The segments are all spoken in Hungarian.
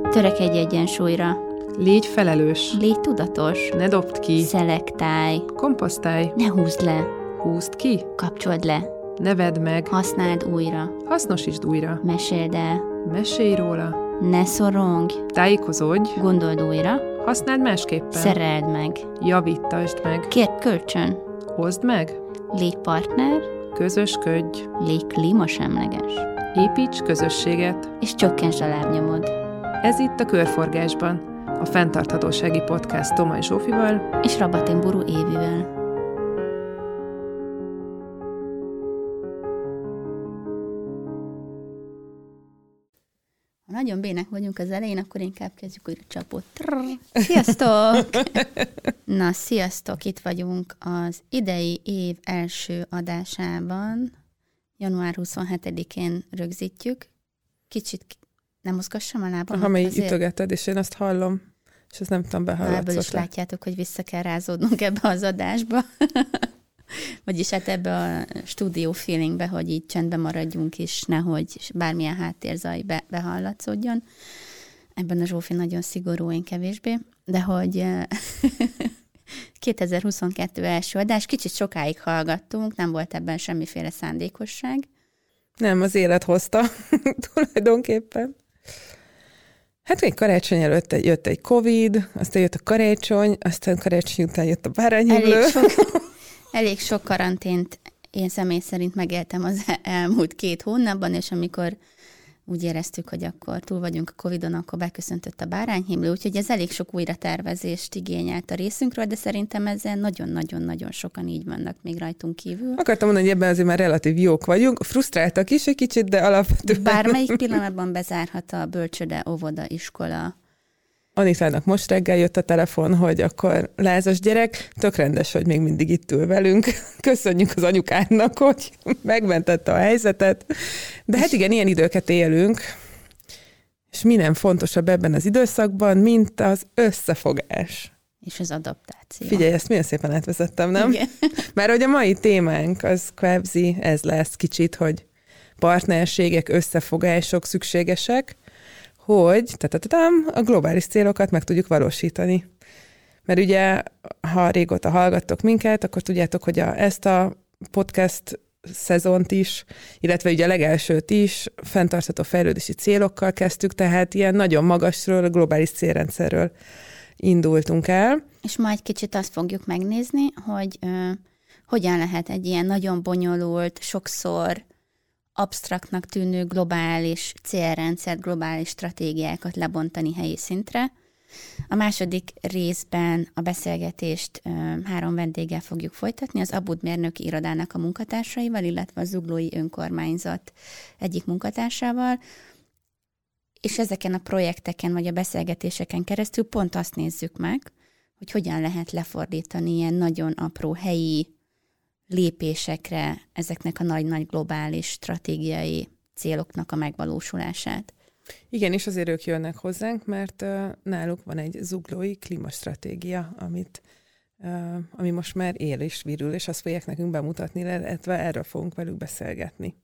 Törekedj egyensúlyra. Légy felelős. Légy tudatos. Ne dobd ki. Szelektálj. Komposztálj. Ne húzd le. Húzd ki. Kapcsold le. Ne vedd meg. Használd újra. Hasznosítsd újra. Meséld el. Mesélj róla. Ne szorongj. Tájékozódj. Gondold újra. Használd másképpen. Szereld meg. Javítasd meg. Kérd kölcsön. Hozd meg. Légy partner. Közösködj. Légy klímasemleges. Építs közösséget. És csökkentsd a lábnyomod. Ez itt a Körforgásban, a fenntarthatósági podcast Tomai Zsófival és Rabatin-Buru Évivel. Ha nagyon bének vagyunk az elején, akkor inkább kezdjük újra csapot. Sziasztok! Na, sziasztok! Itt vagyunk az idei év első adásában. Január 27-én rögzítjük. Kicsit nem mozgassam a lábam? Ha még ütögeted, és én azt hallom, és ezt nem tudom behallatszotni. Ebből is látjátok, hogy vissza kell rázódnunk ebbe az adásba. Vagyis hát ebbe a stúdió feelingbe, hogy így csendben maradjunk is, nehogy bármilyen háttérzaj behallatszódjon. Ebben a Zsófi nagyon szigorú, én kevésbé. De hogy 2022 első adás, kicsit sokáig hallgattunk, nem volt ebben semmiféle szándékosság. Nem, az élet hozta tulajdonképpen. Hát még karácsony előtt jött egy Covid, aztán jött a karácsony, aztán karácsony után jött a bárányhimlő. Elég sok karantént én személy szerint megéltem az elmúlt 2 hónapban, és amikor úgy éreztük, hogy akkor túl vagyunk a Covidon, akkor beköszöntött a bárányhimlő, úgyhogy ez elég sok újratervezést igényelt a részünkről, de szerintem ezzel nagyon-nagyon-nagyon sokan így vannak még rajtunk kívül. Akartam mondani, hogy ebben azért már relatív jók vagyunk, frusztráltak is egy kicsit, de alapvetően... Bármelyik pillanatban bezárhat a bölcsőde, óvoda, iskola. Anitának most reggel jött a telefon, hogy akkor lázas gyerek, tök rendes, hogy még mindig itt ül velünk. Köszönjük az anyukának, hogy megmentette a helyzetet. De hát igen, ilyen időket élünk, és mi nem fontosabb ebben az időszakban, mint az összefogás. És az adaptáció. Figyelj, ezt milyen szépen átvezettem, nem? Igen. Mert hogy a mai témánk az kvázi ez lesz kicsit, hogy partnerségek, összefogások szükségesek, hogy a globális célokat meg tudjuk valósítani. Mert ugye, ha régóta hallgattok minket, akkor tudjátok, hogy ezt a podcast szezont is, illetve ugye a legelsőt is fenntartható fejlődési célokkal kezdtük, tehát ilyen nagyon magasról, a globális célrendszerről indultunk el. És majd kicsit azt fogjuk megnézni, hogy hogyan lehet egy ilyen nagyon bonyolult, sokszor absztraktnak tűnő globális célrendszert, globális stratégiákat lebontani helyi szintre. A második részben a beszélgetést 3 vendéggel fogjuk folytatni, az Abud mérnöki irodának a munkatársaival, illetve a Zuglói önkormányzat egyik munkatársával, és ezeken a projekteken vagy a beszélgetéseken keresztül pont azt nézzük meg, hogy hogyan lehet lefordítani ilyen nagyon apró helyi lépésekre ezeknek a nagy-nagy globális stratégiai céloknak a megvalósulását. Igen, és azért ők jönnek hozzánk, mert náluk van egy zuglói klímastratégia, ami most már él és virül, és azt fogják nekünk bemutatni, illetve erről fogunk velük beszélgetni.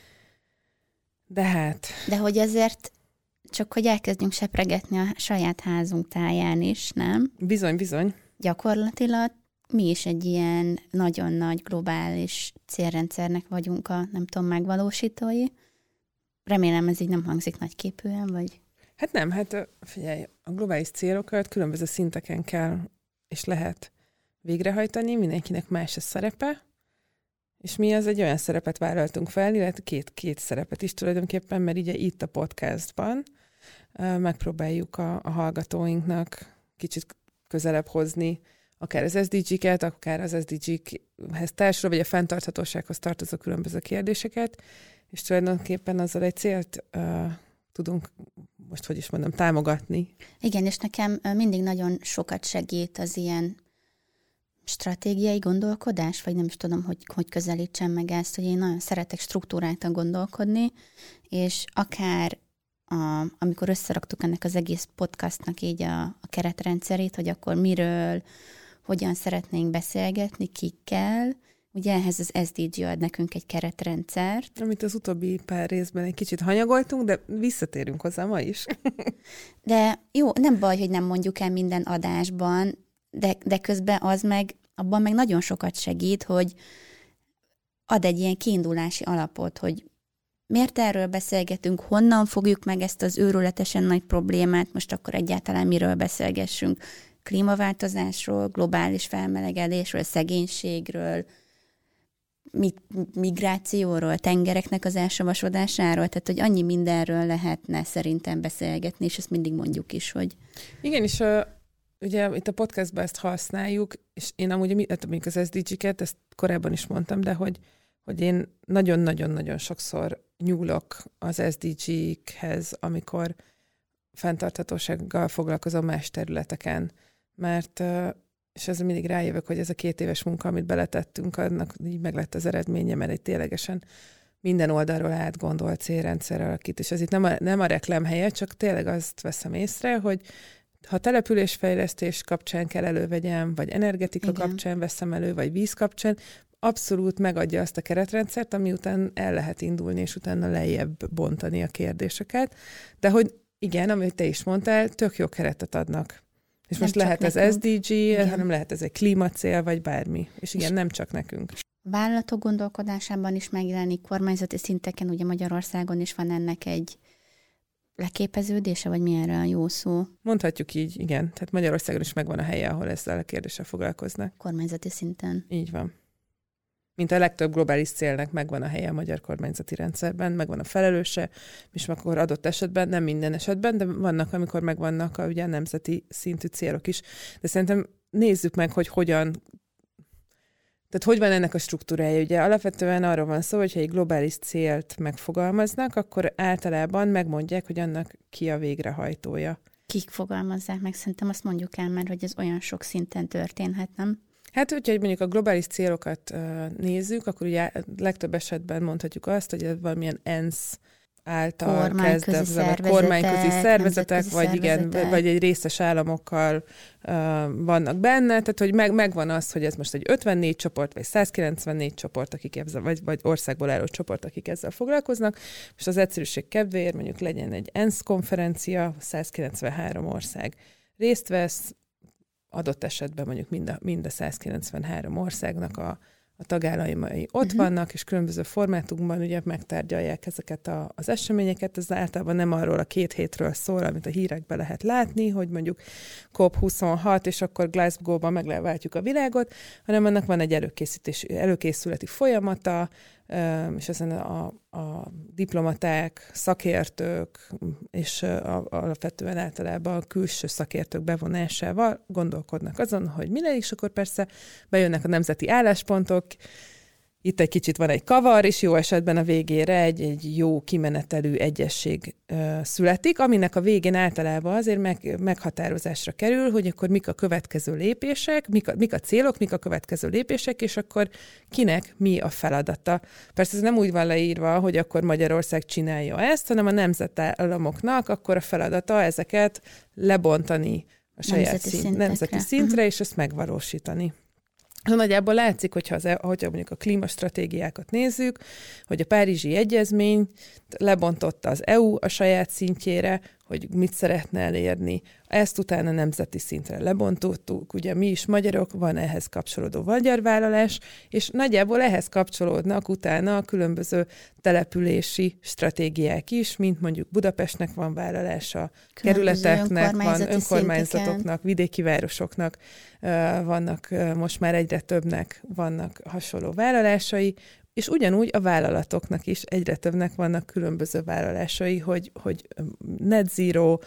De hogy azért csak hogy elkezdjünk sepregetni a saját házunk táján is, nem? Bizony. Gyakorlatilag mi is egy ilyen nagyon nagy globális célrendszernek vagyunk a, nem tudom, megvalósítói. Remélem ez így nem hangzik nagyképűen, vagy? Hát nem, figyelj, a globális célokat különböző szinteken kell és lehet végrehajtani, mindenkinek más a szerepe, és mi az egy olyan szerepet vállaltunk fel, illetve két szerepet is tulajdonképpen, mert ugye itt a podcastban megpróbáljuk a hallgatóinknak kicsit közelebb hozni akár az SDG-ket, akár az SDG-hez társul, vagy a fenntarthatósághoz tartozó különböző kérdéseket, és tulajdonképpen azzal egy célt tudunk, most hogy is mondom, támogatni. Igen, és nekem mindig nagyon sokat segít az ilyen stratégiai gondolkodás, vagy nem is tudom, hogy közelítsem meg ezt, hogy én nagyon szeretek struktúráltan gondolkodni, és akár amikor összeraktuk ennek az egész podcastnak így a keretrendszerét, hogy akkor miről, hogyan szeretnénk beszélgetni, kikkel, Ugye ehhez az SDG ad nekünk egy keretrendszert. Amit az utóbbi pár részben egy kicsit hanyagoltunk, de visszatérünk hozzá ma is. De jó, nem baj, hogy nem mondjuk el minden adásban, de közben abban meg nagyon sokat segít, hogy ad egy ilyen kiindulási alapot, hogy miért erről beszélgetünk, honnan fogjuk meg ezt az őrületesen nagy problémát, most akkor egyáltalán miről beszélgessünk. Klímaváltozásról, globális felmelegedésről, szegénységről, migrációról, tengereknek az elsavasodásáról, tehát hogy annyi mindenről lehetne szerintem beszélgetni, és ezt mindig mondjuk is, hogy... Igen, és ugye itt a podcastban ezt használjuk, és én amúgy mondjuk az SDG-ket, ezt korábban is mondtam, de hogy én nagyon-nagyon-nagyon sokszor nyúlok az SDG-khez, amikor fenntarthatósággal foglalkozom más területeken, mert és ezzel mindig rájövök, hogy ez a 2 éves munka, amit beletettünk, annak így meg lett az eredménye, mert egy ténylegesen minden oldalról átgondolt célrendszer alakít. És ez itt nem a reklám helye, csak tényleg azt veszem észre, hogy ha településfejlesztés kapcsán kell elővegyem, vagy energetika kapcsán veszem elő, vagy víz kapcsán, abszolút megadja azt a keretrendszert, ami után el lehet indulni, és utána lejjebb bontani a kérdéseket. De hogy igen, amit te is mondtál, tök jó keretet adnak. És most lehet ez SDG, hanem lehet ez egy klímacél, vagy bármi. És igen, nem csak nekünk. Vállalatok gondolkodásában is megjelenik, kormányzati szinteken, ugye Magyarországon is van ennek egy leképeződése, vagy mi erre a jó szó? Mondhatjuk így, igen. Tehát Magyarországon is megvan a helye, ahol ezzel a kérdéssel foglalkoznak. Kormányzati szinten. Így van. Mint a legtöbb globális célnak megvan a helye a magyar kormányzati rendszerben, megvan a felelőse, és akkor adott esetben, nem minden esetben, de vannak, amikor megvannak ugye a nemzeti szintű célok is. De szerintem nézzük meg, hogy hogyan, tehát hogy van ennek a struktúrája. Ugye alapvetően arról van szó, hogyha egy globális célt megfogalmaznak, akkor általában megmondják, hogy annak ki a végrehajtója. Kik fogalmazzák meg? Szerintem azt mondjuk el, mert hogy ez olyan sok szinten történhet, nem? Hát, hogyha mondjuk a globális célokat nézzük, akkor ugye legtöbb esetben mondhatjuk azt, hogy ez valamilyen ENSZ által kezdve, kormányközi szervezetek, vagy egy részes államokkal vannak benne, tehát hogy megvan az, hogy ez most egy 54 csoport, vagy 194 csoport, akik ezzel, vagy országból álló csoport, akik ezzel foglalkoznak. Most az egyszerűség kedvéért mondjuk legyen egy ENSZ konferencia, 193 ország részt vesz, adott esetben mondjuk mind a 193 országnak a tagállamai ott vannak, és különböző formátumban ugye megtárgyalják ezeket az eseményeket. Ez általában nem arról a 2 hétről szól, amit a hírekben lehet látni, hogy mondjuk COP26, és akkor Glasgow-ban megváltjuk a világot, hanem annak van egy előkészületi folyamata, és ezen a diplomaták, szakértők, és alapvetően általában a külső szakértők bevonásával gondolkodnak azon, hogy mi legyen, és akkor persze bejönnek a nemzeti álláspontok, itt egy kicsit van egy kavar, és jó esetben a végére egy jó kimenetelű egyesség születik, aminek a végén általában azért meghatározásra kerül, hogy akkor mik a következő lépések, mik a célok, mik a következő lépések, és akkor kinek mi a feladata. Persze ez nem úgy van leírva, hogy akkor Magyarország csinálja ezt, hanem a nemzetállamoknak akkor a feladata ezeket lebontani a saját nemzeti szintre, és ezt megvalósítani. Nagyjából látszik, hogyha mondjuk a klímastratégiákat nézzük, hogy a Párizsi Egyezmény lebontotta az EU a saját szintjére, hogy mit szeretne elérni. Ezt utána nemzeti szintre lebontottuk, ugye mi is magyarok, van ehhez kapcsolódó magyar vállalás, és nagyjából ehhez kapcsolódnak utána a különböző települési stratégiák is, mint mondjuk Budapestnek van vállalása, kerületeknek van, önkormányzatoknak, vidéki városoknak vannak, most már egyre többnek vannak hasonló vállalásai, és ugyanúgy a vállalatoknak is egyre többnek vannak különböző vállalásai, hogy net zero,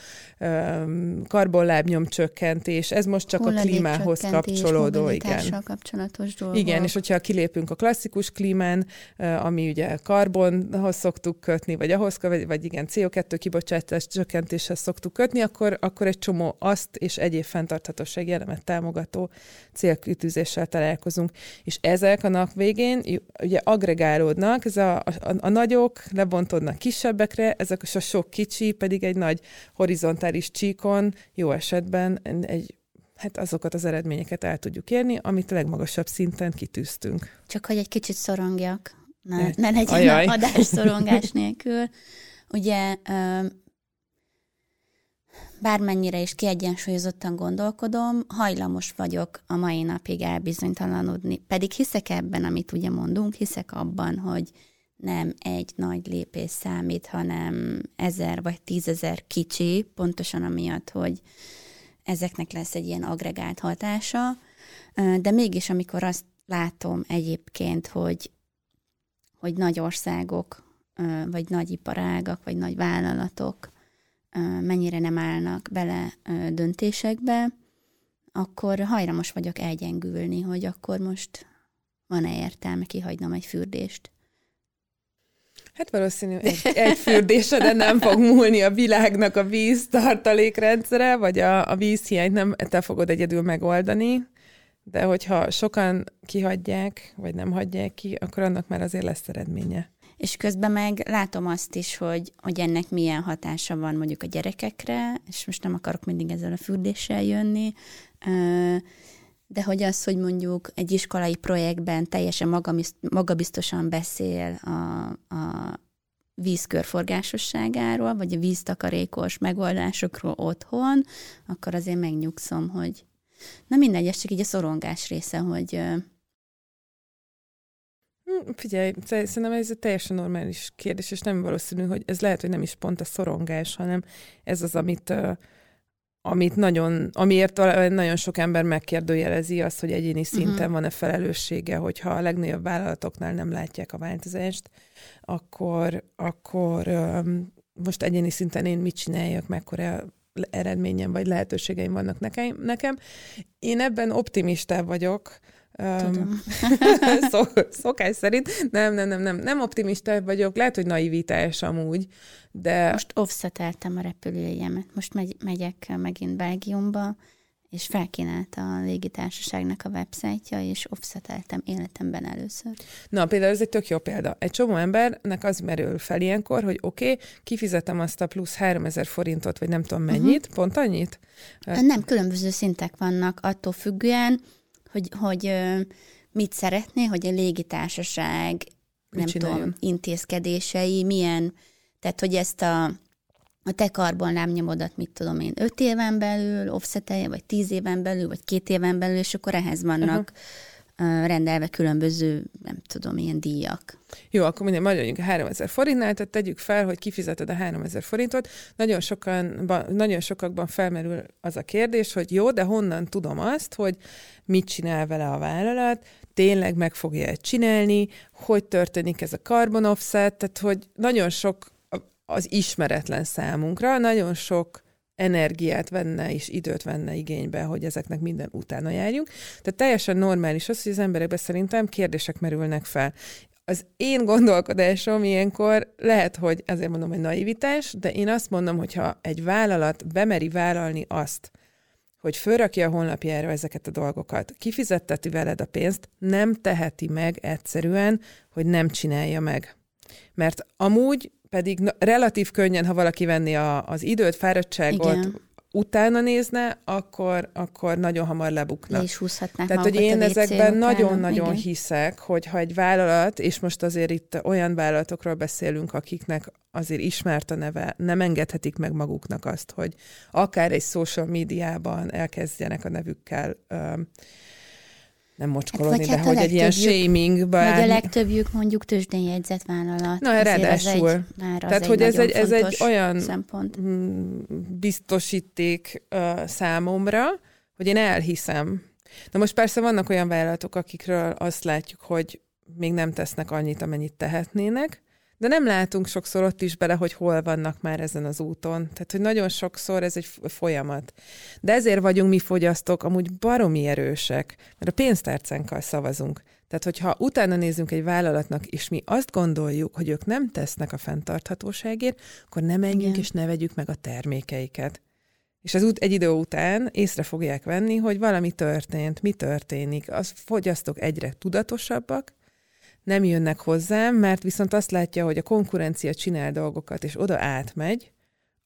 karbonlábnyom csökkentés, ez most csak a klímához kapcsolódó. Igen. Kapcsolatos dolgok. Igen, és hogyha kilépünk a klasszikus klímán, ami ugye karbonhoz szoktuk kötni, vagy ahhoz, vagy igen, CO2 kibocsátás csökkentéshez szoktuk kötni, akkor egy csomó azt és egyéb fenntarthatósági elemet támogató célkitűzéssel találkozunk. És ezek a nap végén ugye agregálódnak, ez a nagyok lebontódnak kisebbekre, ezek a sok kicsi pedig egy nagy horizontális csíkon, jó esetben egy hát azokat az eredményeket el tudjuk érni, amit a legmagasabb szinten kitűztünk. Csak hogy egy kicsit szorongjak, ne legyen adás szorongás nélkül. Ugye bármennyire is kiegyensúlyozottan gondolkodom, hajlamos vagyok a mai napig elbizonytalanodni. Pedig hiszek ebben, amit ugye mondunk, hiszek abban, hogy nem egy nagy lépés számít, hanem 1000 vagy 10 000 kicsi, pontosan amiatt, hogy ezeknek lesz egy ilyen agregált hatása. De mégis, amikor azt látom egyébként, hogy nagy országok, vagy nagy iparágak, vagy nagy vállalatok mennyire nem állnak bele döntésekbe, akkor hajlamos vagyok elgyengülni, hogy akkor most van-e értelme kihagynom egy fürdést. Hát valószínű egy fürdéseden nem fog múlni a világnak a víztartalékrendszere, vagy a vízhiányt nem te fogod egyedül megoldani, de hogyha sokan kihagyják, vagy nem hagyják ki, akkor annak már azért lesz eredménye. És közben meg látom azt is, hogy ennek milyen hatása van mondjuk a gyerekekre, és most nem akarok mindig ezzel a fürdéssel jönni, de hogy az, hogy mondjuk egy iskolai projektben teljesen magabiztosan beszél a víz körforgásosságáról, vagy a víztakarékos megoldásokról otthon, akkor azért megnyugszom, hogy na mindegy, ez csak így a szorongás része, hogy... Figyelj, szerintem ez egy teljesen normális kérdés, és nem valószínű, hogy ez lehet, hogy nem is pont a szorongás, hanem ez az, amiért nagyon sok ember megkérdőjelezi azt, hogy egyéni szinten van-e felelőssége, hogyha a legnagyobb vállalatoknál nem látják a változást, akkor most egyéni szinten én mit csináljak, mekkora eredményem vagy lehetőségeim vannak nekem. Én ebben optimistább vagyok, Tudom. Szokás szerint. Nem optimista vagyok, lehet, hogy naivitás amúgy, de... Most offseteltem a repülőjegyemet. Most megyek megint Belgiumba, és felkínált a légitársaságnak a websájtja, és offseteltem életemben először. Na, például ez egy tök jó példa. Egy csomó embernek az merül fel ilyenkor, hogy oké, kifizetem azt a plusz 3000 forintot, vagy nem tudom mennyit, pont annyit? Nem, különböző szintek vannak attól függően, hogy mit szeretné, hogy a légitársaság intézkedései milyen, tehát hogy ezt a te karbonlábnyomodat, mit tudom én, 5 éven belül offsetelje, vagy 10 éven belül, vagy 2 éven belül, és akkor ehhez vannak rendelve különböző, nem tudom, ilyen díjak. Jó, akkor mondjuk maradjunk a 3000 forintnál, tehát tegyük fel, hogy kifizeted a 3000 forintot. Nagyon sokakban felmerül az a kérdés, hogy jó, de honnan tudom azt, hogy mit csinál vele a vállalat, tényleg meg fogja csinálni, hogy történik ez a carbon offset, tehát hogy nagyon sok az ismeretlen számunkra, nagyon sok energiát venne és időt venne igénybe, hogy ezeknek minden utána járjunk. Tehát teljesen normális az, hogy az emberekben szerintem kérdések merülnek fel. Az én gondolkodásom ilyenkor lehet, hogy azért mondom, hogy naivitás, de én azt mondom, hogyha egy vállalat bemeri vállalni azt, hogy fölrakja a honlapjára ezeket a dolgokat, kifizetteti veled a pénzt, nem teheti meg egyszerűen, hogy nem csinálja meg. Mert amúgy pedig relatív könnyen, ha valaki venni az időt, fáradtságot, igen, utána nézne, akkor nagyon hamar lebukna. Le is húzhatnák. Tehát, hogy én ezekben nagyon-nagyon hiszek, hogy ha egy vállalat, és most azért itt olyan vállalatokról beszélünk, akiknek azért ismert a neve, nem engedhetik meg maguknak azt, hogy akár egy social médiában elkezdjenek a nevükkel nem mocskolni, de hogy egy ilyen shamingben. Vagy a legtöbbjük mondjuk tőzsdén jegyzett vállalat. Na, ráadásul. Tehát, hogy ez egy olyan szempont. Biztosíték számomra, hogy én elhiszem. Na most persze vannak olyan vállalatok, akikről azt látjuk, hogy még nem tesznek annyit, amennyit tehetnének, de nem látunk sokszor ott is bele, hogy hol vannak már ezen az úton. Tehát, hogy nagyon sokszor ez egy folyamat. De ezért vagyunk mi fogyasztók amúgy baromi erősek, mert a pénztárcánkkal szavazunk. Tehát, hogyha utána nézzünk egy vállalatnak, és mi azt gondoljuk, hogy ők nem tesznek a fenntarthatóságért, akkor ne menjünk és ne vegyük meg a termékeiket. És az egy idő után észre fogják venni, hogy valami történt, mi történik. Az fogyasztók egyre tudatosabbak, nem jönnek hozzám, mert viszont azt látja, hogy a konkurencia csinál dolgokat, és oda átmegy,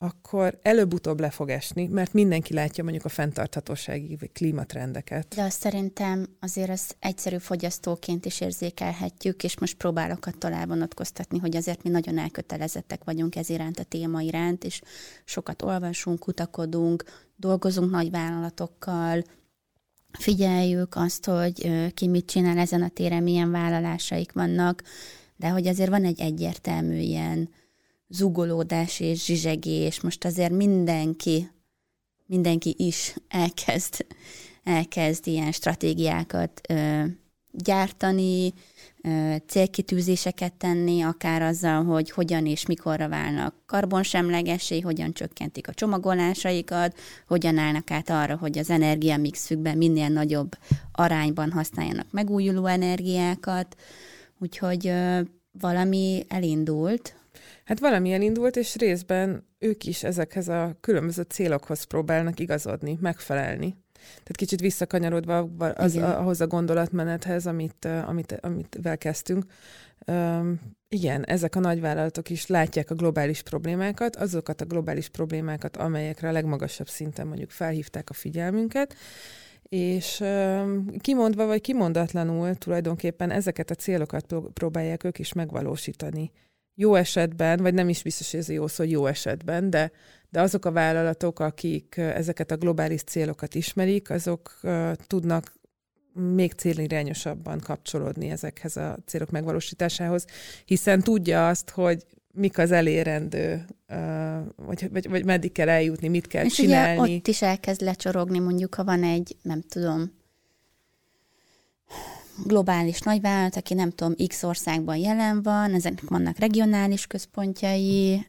akkor előbb-utóbb le fog esni, mert mindenki látja mondjuk a fenntarthatósági vagy klímatrendeket. De azt szerintem azért az egyszerű fogyasztóként is érzékelhetjük, és most próbálok attól elvonatkoztatni, hogy azért mi nagyon elkötelezettek vagyunk ez iránt, a téma iránt, és sokat olvasunk, kutakodunk, dolgozunk nagy vállalatokkal, figyeljük azt, hogy ki mit csinál ezen a téren, milyen vállalásaik vannak, de hogy azért van egy egyértelmű ilyen zugolódás és zsizsegés, most azért mindenki is elkezd ilyen stratégiákat gyártani, célkitűzéseket tenni, akár azzal, hogy hogyan és mikorra válnak karbonsemlegessé, hogyan csökkentik a csomagolásaikat, hogyan állnak át arra, hogy az energiamixükben minél nagyobb arányban használjanak megújuló energiákat. Úgyhogy valami elindult. Hát valami elindult, és részben ők is ezekhez a különböző célokhoz próbálnak igazodni, megfelelni. Tehát kicsit visszakanyarodva ahhoz a gondolatmenethez, amivel kezdtünk. Igen, ezek a nagyvállalatok is látják a globális problémákat, azokat a globális problémákat, amelyekre a legmagasabb szinten mondjuk felhívták a figyelmünket, és kimondva vagy kimondatlanul tulajdonképpen ezeket a célokat próbálják ők is megvalósítani. Jó esetben, vagy nem is biztos, hogy ez jó szó, hogy jó esetben, de azok a vállalatok, akik ezeket a globális célokat ismerik, azok tudnak még célirányosabban kapcsolódni ezekhez a célok megvalósításához, hiszen tudja azt, hogy mik az elérendő, vagy meddig kell eljutni, mit kell és csinálni. És ugye ott is elkezd lecsorogni, mondjuk, ha van egy, nem tudom, globális nagyvállalat, aki nem tudom, X országban jelen van, ezeknek vannak regionális központjai,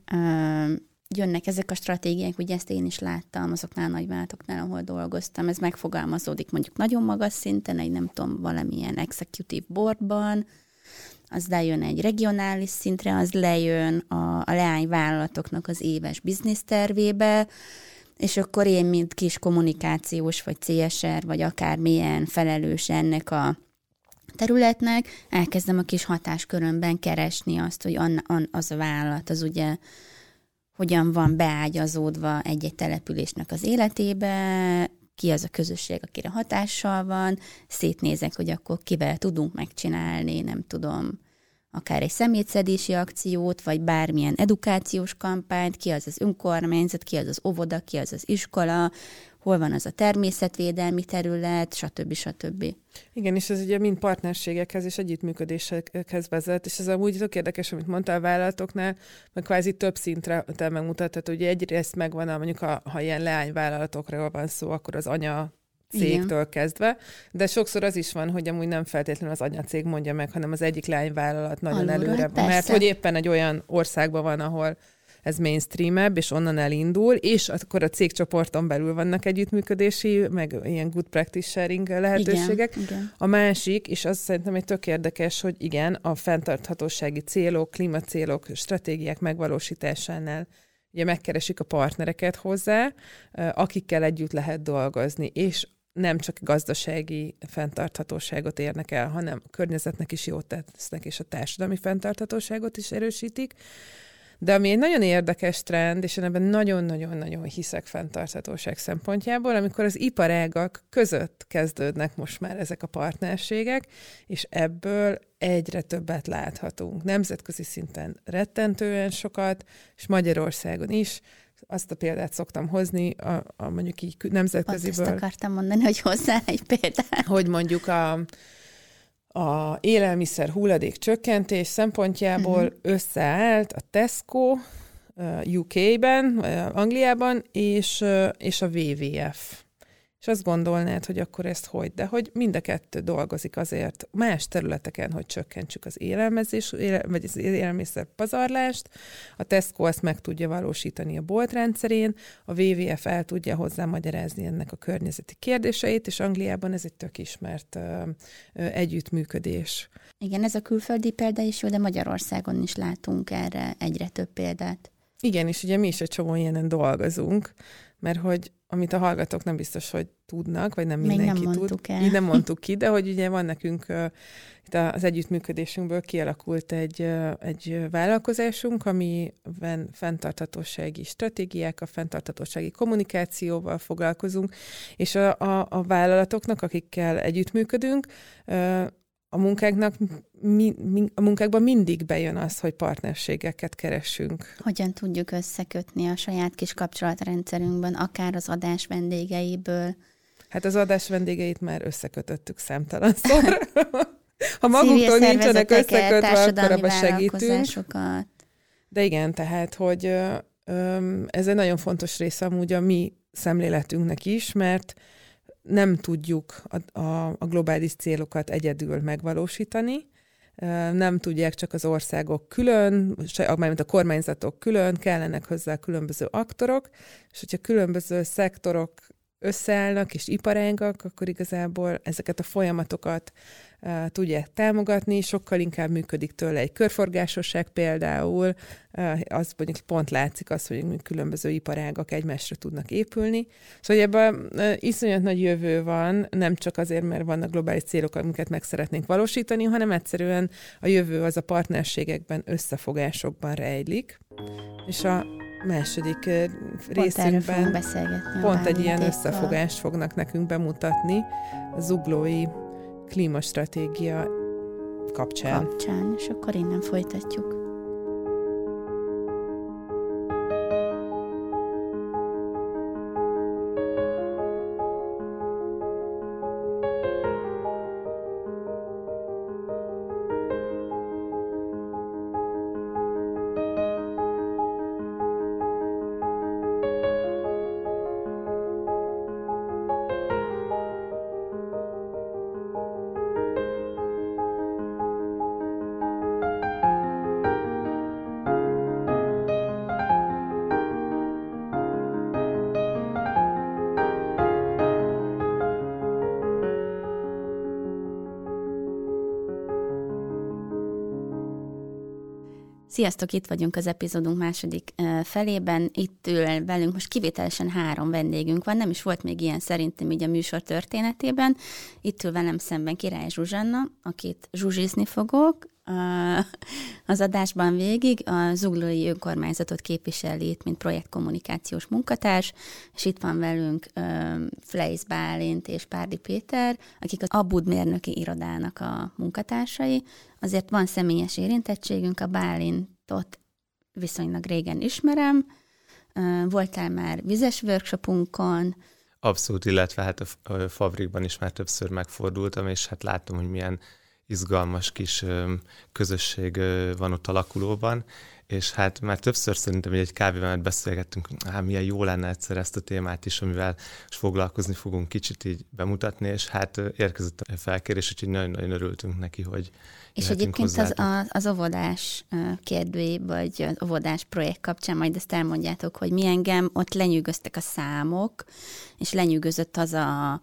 jönnek ezek a stratégiák, ugye ezt én is láttam azoknál a nagyvállalatoknál, ahol dolgoztam, ez megfogalmazódik mondjuk nagyon magas szinten, egy nem tudom, valamilyen executive boardban, az lejön egy regionális szintre, az lejön a leányvállalatoknak az éves business tervébe, és akkor én, mint kis kommunikációs, vagy CSR, vagy akármilyen felelős ennek a területnek, elkezdem a kis hatáskörömben keresni azt, hogy az a vállalat, az ugye hogyan van beágyazódva egy-egy településnek az életébe, ki az a közösség, akire hatással van, szétnézek, hogy akkor kivel tudunk megcsinálni, nem tudom, akár egy szemétszedési akciót, vagy bármilyen edukációs kampányt, ki az az önkormányzat, ki az az óvoda, ki az az iskola, hol van az a természetvédelmi terület, stb. Igen, és ez ugye mind partnerségekhez és együttműködésekhez vezet, és ez amúgy tök érdekes, amit mondtál a vállalatoknál, meg kvázi több szintre te megmutattad, hogy egyrészt megvan, mondjuk ha ilyen leányvállalatokról van szó, akkor az anya cégtől kezdve, de sokszor az is van, hogy amúgy nem feltétlenül az anyacég mondja meg, hanem az egyik leányvállalat nagyon előre van, mert hogy éppen egy olyan országban van, ahol ez mainstreamebb, és onnan elindul, és akkor a cégcsoporton belül vannak együttműködési, meg ilyen good practice sharing lehetőségek. Igen. A másik, és az szerintem egy tök érdekes, hogy igen, a fenntarthatósági célok, klímacélok, stratégiák megvalósításánál ugye megkeresik a partnereket hozzá, akikkel együtt lehet dolgozni, és nem csak gazdasági fenntarthatóságot érnek el, hanem a környezetnek is jót tesznek, és a társadalmi fenntarthatóságot is erősítik. De ami egy nagyon érdekes trend, és én ebben nagyon-nagyon-nagyon hiszek fenntarthatóság szempontjából, amikor az iparágak között kezdődnek most már ezek a partnerségek, és ebből egyre többet láthatunk. Nemzetközi szinten rettentően sokat, és Magyarországon is. Azt a példát szoktam hozni, a mondjuk így nemzetköziből. Azt akartam mondani, hogy hozzá egy példát. Hogy mondjuk a élelmiszer hulladék csökkentés szempontjából összeállt a Tesco UK-ben, Angliában, és a WWF. És azt gondolnád, hogy akkor ezt hogy? De hogy mind a kettő dolgozik azért más területeken, hogy csökkentsük az vagy az élelmiszer pazarlást. A Tesco azt meg tudja valósítani a boltrendszerén, a WWF el tudja hozzá magyarázni ennek a környezeti kérdéseit, és Angliában ez egy tök ismert együttműködés. Igen, ez a külföldi példa is jó, de Magyarországon is látunk erre egyre több példát. Igen, és ugye mi is egy csomó ilyenen dolgozunk, mert hogy amit a hallgatók nem biztos, hogy tudnak, vagy nem Még mindenki nem tud. el. Így nem mondtuk ki, de hogy ugye van nekünk itt az együttműködésünkből kialakult egy vállalkozásunk, amiben fenntarthatósági stratégiák, a fenntarthatósági kommunikációval foglalkozunk, és a vállalatoknak, akikkel együttműködünk, a munkákban mindig bejön az, hogy partnerségeket keressünk. Hogyan tudjuk összekötni a saját kis kapcsolatrendszerünkben, akár az adás vendégeiből? Hát az adás vendégeit már összekötöttük számtalanszor. Ha magunktól nincsenek összekötve, akkor abban segítünk. De igen, tehát, hogy ez egy nagyon fontos része amúgy a mi szemléletünknek is, mert nem tudjuk a globális célokat egyedül megvalósítani, nem tudják csak az országok külön, mármint a kormányzatok külön, kellenek hozzá különböző aktorok, és hogyha különböző szektorok összeállnak és iparágak, akkor igazából ezeket a folyamatokat tudják támogatni, sokkal inkább működik tőle egy körforgásosság például, az mondjuk pont látszik az, hogy különböző iparágak egymásra tudnak épülni. Szóval ebben iszonyat nagy jövő van, nem csak azért, mert vannak globális célok, amiket meg szeretnénk valósítani, hanem egyszerűen a jövő az a partnerségekben, összefogásokban rejlik. És a második részünkben pont egy ilyen összefogást fognak nekünk bemutatni a zuglói klímastratégia kapcsán. És akkor innen folytatjuk. Sziasztok, itt vagyunk az epizódunk második felében. Itt ül velünk, most kivételesen 3 vendégünk van, nem is volt még ilyen szerintem így a műsor történetében. Itt ül velem szemben Király Zsuzsanna, akit zsuzsizni fogok az adásban végig. A zuglói önkormányzatot képviseli itt, mint projektkommunikációs munkatárs, és itt van velünk Fleisz Bálint és Párdi Péter, akik az Abud mérnöki irodának a munkatársai. Azért van személyes érintettségünk, a Bálintot viszonylag régen ismerem. Voltál már vizes workshopunkon? Abszolút, illetve hát a fabrikban is már többször megfordultam, és hát látom, hogy milyen izgalmas kis közösség van ott alakulóban, és hát már többször szerintem egy kávéban beszélgettünk, milyen jó lenne egyszer ezt a témát is, amivel most foglalkozni fogunk kicsit így bemutatni, és hát érkezett a felkérés, úgyhogy nagyon-nagyon örültünk neki, hogy és egyébként az óvodás kérdői, vagy az óvodás projekt kapcsán majd ezt elmondjátok, hogy mi engem ott lenyűgöztek a számok, és lenyűgözött az a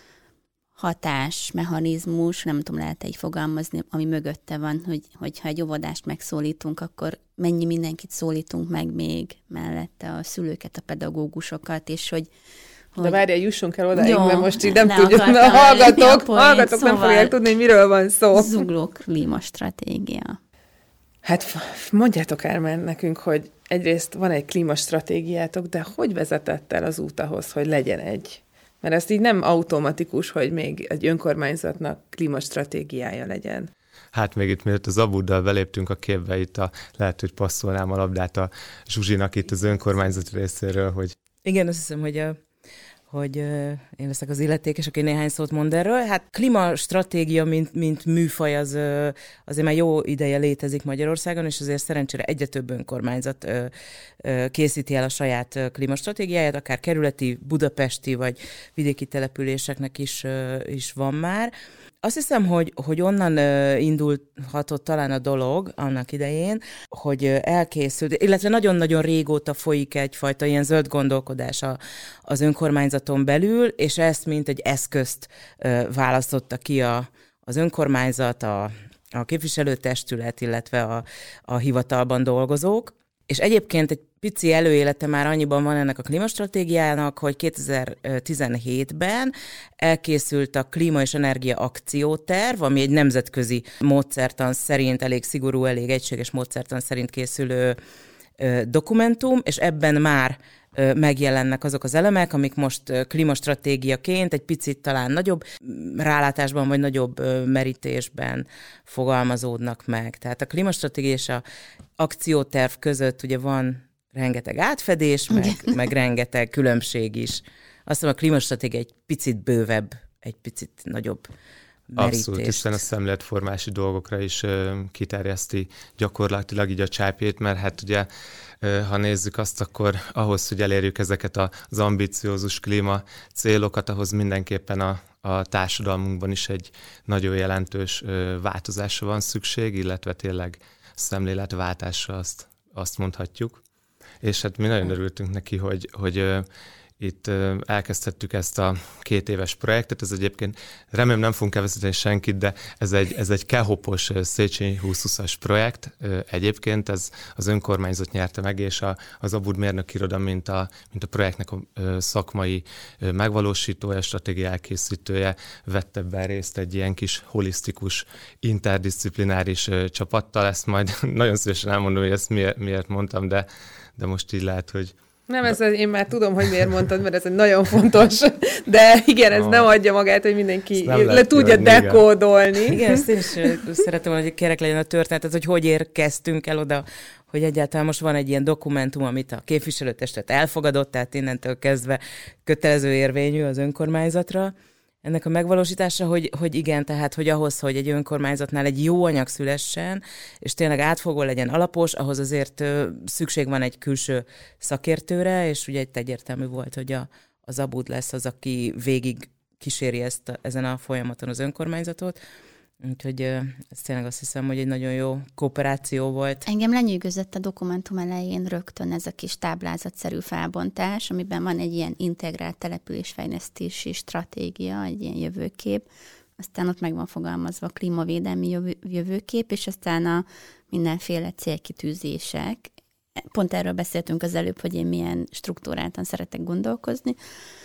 hatásmechanizmus, nem tudom, lehet így fogalmazni, ami mögötte van, hogy ha egy óvodást megszólítunk, akkor mennyi mindenkit szólítunk meg még mellette, a szülőket, a pedagógusokat, és hogy de várjál, jussunk el odáig, mert most így nem tudjuk, a hallgatók szóval nem fogják tudni, hogy miről van szó. Zugló klímastratégia. Hát mondjátok el már nekünk, hogy egyrészt van egy klímastratégiátok, de hogy vezetett el az út ahhoz, hogy legyen egy? Mert ez így nem automatikus, hogy még egy önkormányzatnak klímastratégiája legyen. Hát még itt, mielőtt az Abuddal beléptünk a képbe, itt lehet, hogy passzolnám a labdát a Zsuzsinak itt az önkormányzat részéről, hogy... Igen, azt hiszem, hogy én leszek az illetékes, aki néhány szót mond erről. Hát klímastratégia, mint műfaj, az azért már jó ideje létezik Magyarországon, és azért szerencsére egyre több önkormányzat készíti el a saját klímastratégiáját, akár kerületi, budapesti vagy vidéki településeknek is van már. Azt hiszem, hogy onnan indulhatott talán a dolog annak idején, hogy elkészült, illetve nagyon-nagyon régóta folyik egyfajta ilyen zöld gondolkodás az önkormányzaton belül, és ezt mint egy eszközt választotta ki az önkormányzat, a képviselőtestület, illetve a hivatalban dolgozók. És egyébként egy pici előélete már annyiban van ennek a klímastratégiának, hogy 2017-ben elkészült a Klíma és Energia Akcióterv, ami egy nemzetközi módszertan szerint, elég szigorú, elég egységes módszertan szerint készülő dokumentum, és ebben már megjelennek azok az elemek, amik most klímastratégiaként egy picit talán nagyobb rálátásban, vagy nagyobb merítésben fogalmazódnak meg. Tehát a klímastratégia és a akcióterv között ugye van rengeteg átfedés, meg rengeteg különbség is. Azt hiszem, a klímastratégia egy picit bővebb, egy picit nagyobb merítést. Abszolút, hiszen a szemléletformási dolgokra is kiterjeszti gyakorlatilag így a csápjét, mert hát ugye, ha nézzük azt, akkor ahhoz, hogy elérjük ezeket az ambiciózus klíma célokat, ahhoz mindenképpen a társadalmunkban is egy nagyon jelentős változásra van szükség, illetve tényleg szemléletváltásra azt mondhatjuk. És hát mi nagyon örültünk neki, hogy itt elkezdhettük ezt a 2 éves projektet, ez egyébként remélem nem fogunk elveszíteni senkit, de ez egy KEHOP-os Széchenyi 2020-as projekt. Egyébként ez az önkormányzat nyerte meg, és az Abud mérnökiroda, mint a projektnek a szakmai megvalósítója, stratégia elkészítője vett ebben részt egy ilyen kis holisztikus, interdisziplináris csapattal. Ezt majd nagyon szívesen elmondom, hogy ezt miért mondtam, de most így lehet, hogy nem, én már tudom, hogy miért mondtad, mert ez egy nagyon fontos, de igen, ez nem adja magát, hogy mindenki le tudja dekódolni. Igen, ezt én is szeretem, hogy kerek legyen a történet, hogy érkeztünk el oda, hogy egyáltalán most van egy ilyen dokumentum, amit a képviselőtestet elfogadott, tehát innentől kezdve kötelező érvényű az önkormányzatra. Ennek a megvalósítása, hogy igen, tehát hogy ahhoz, hogy egy önkormányzatnál egy jó anyag szülessen, és tényleg átfogó legyen, alapos, ahhoz azért szükség van egy külső szakértőre, és ugye itt egyértelmű volt, hogy az Abud lesz az, aki végig kíséri ezen a folyamaton az önkormányzatot. Úgyhogy ez tényleg azt hiszem, hogy egy nagyon jó kooperáció volt. Engem lenyűgözött a dokumentum elején rögtön ez a kis táblázatszerű felbontás, amiben van egy ilyen integrált településfejlesztési stratégia, egy ilyen jövőkép, aztán ott meg van fogalmazva a klímavédelmi jövőkép, és aztán a mindenféle célkitűzések. Pont erről beszéltünk az előbb, hogy én milyen struktúráltan szeretek gondolkozni.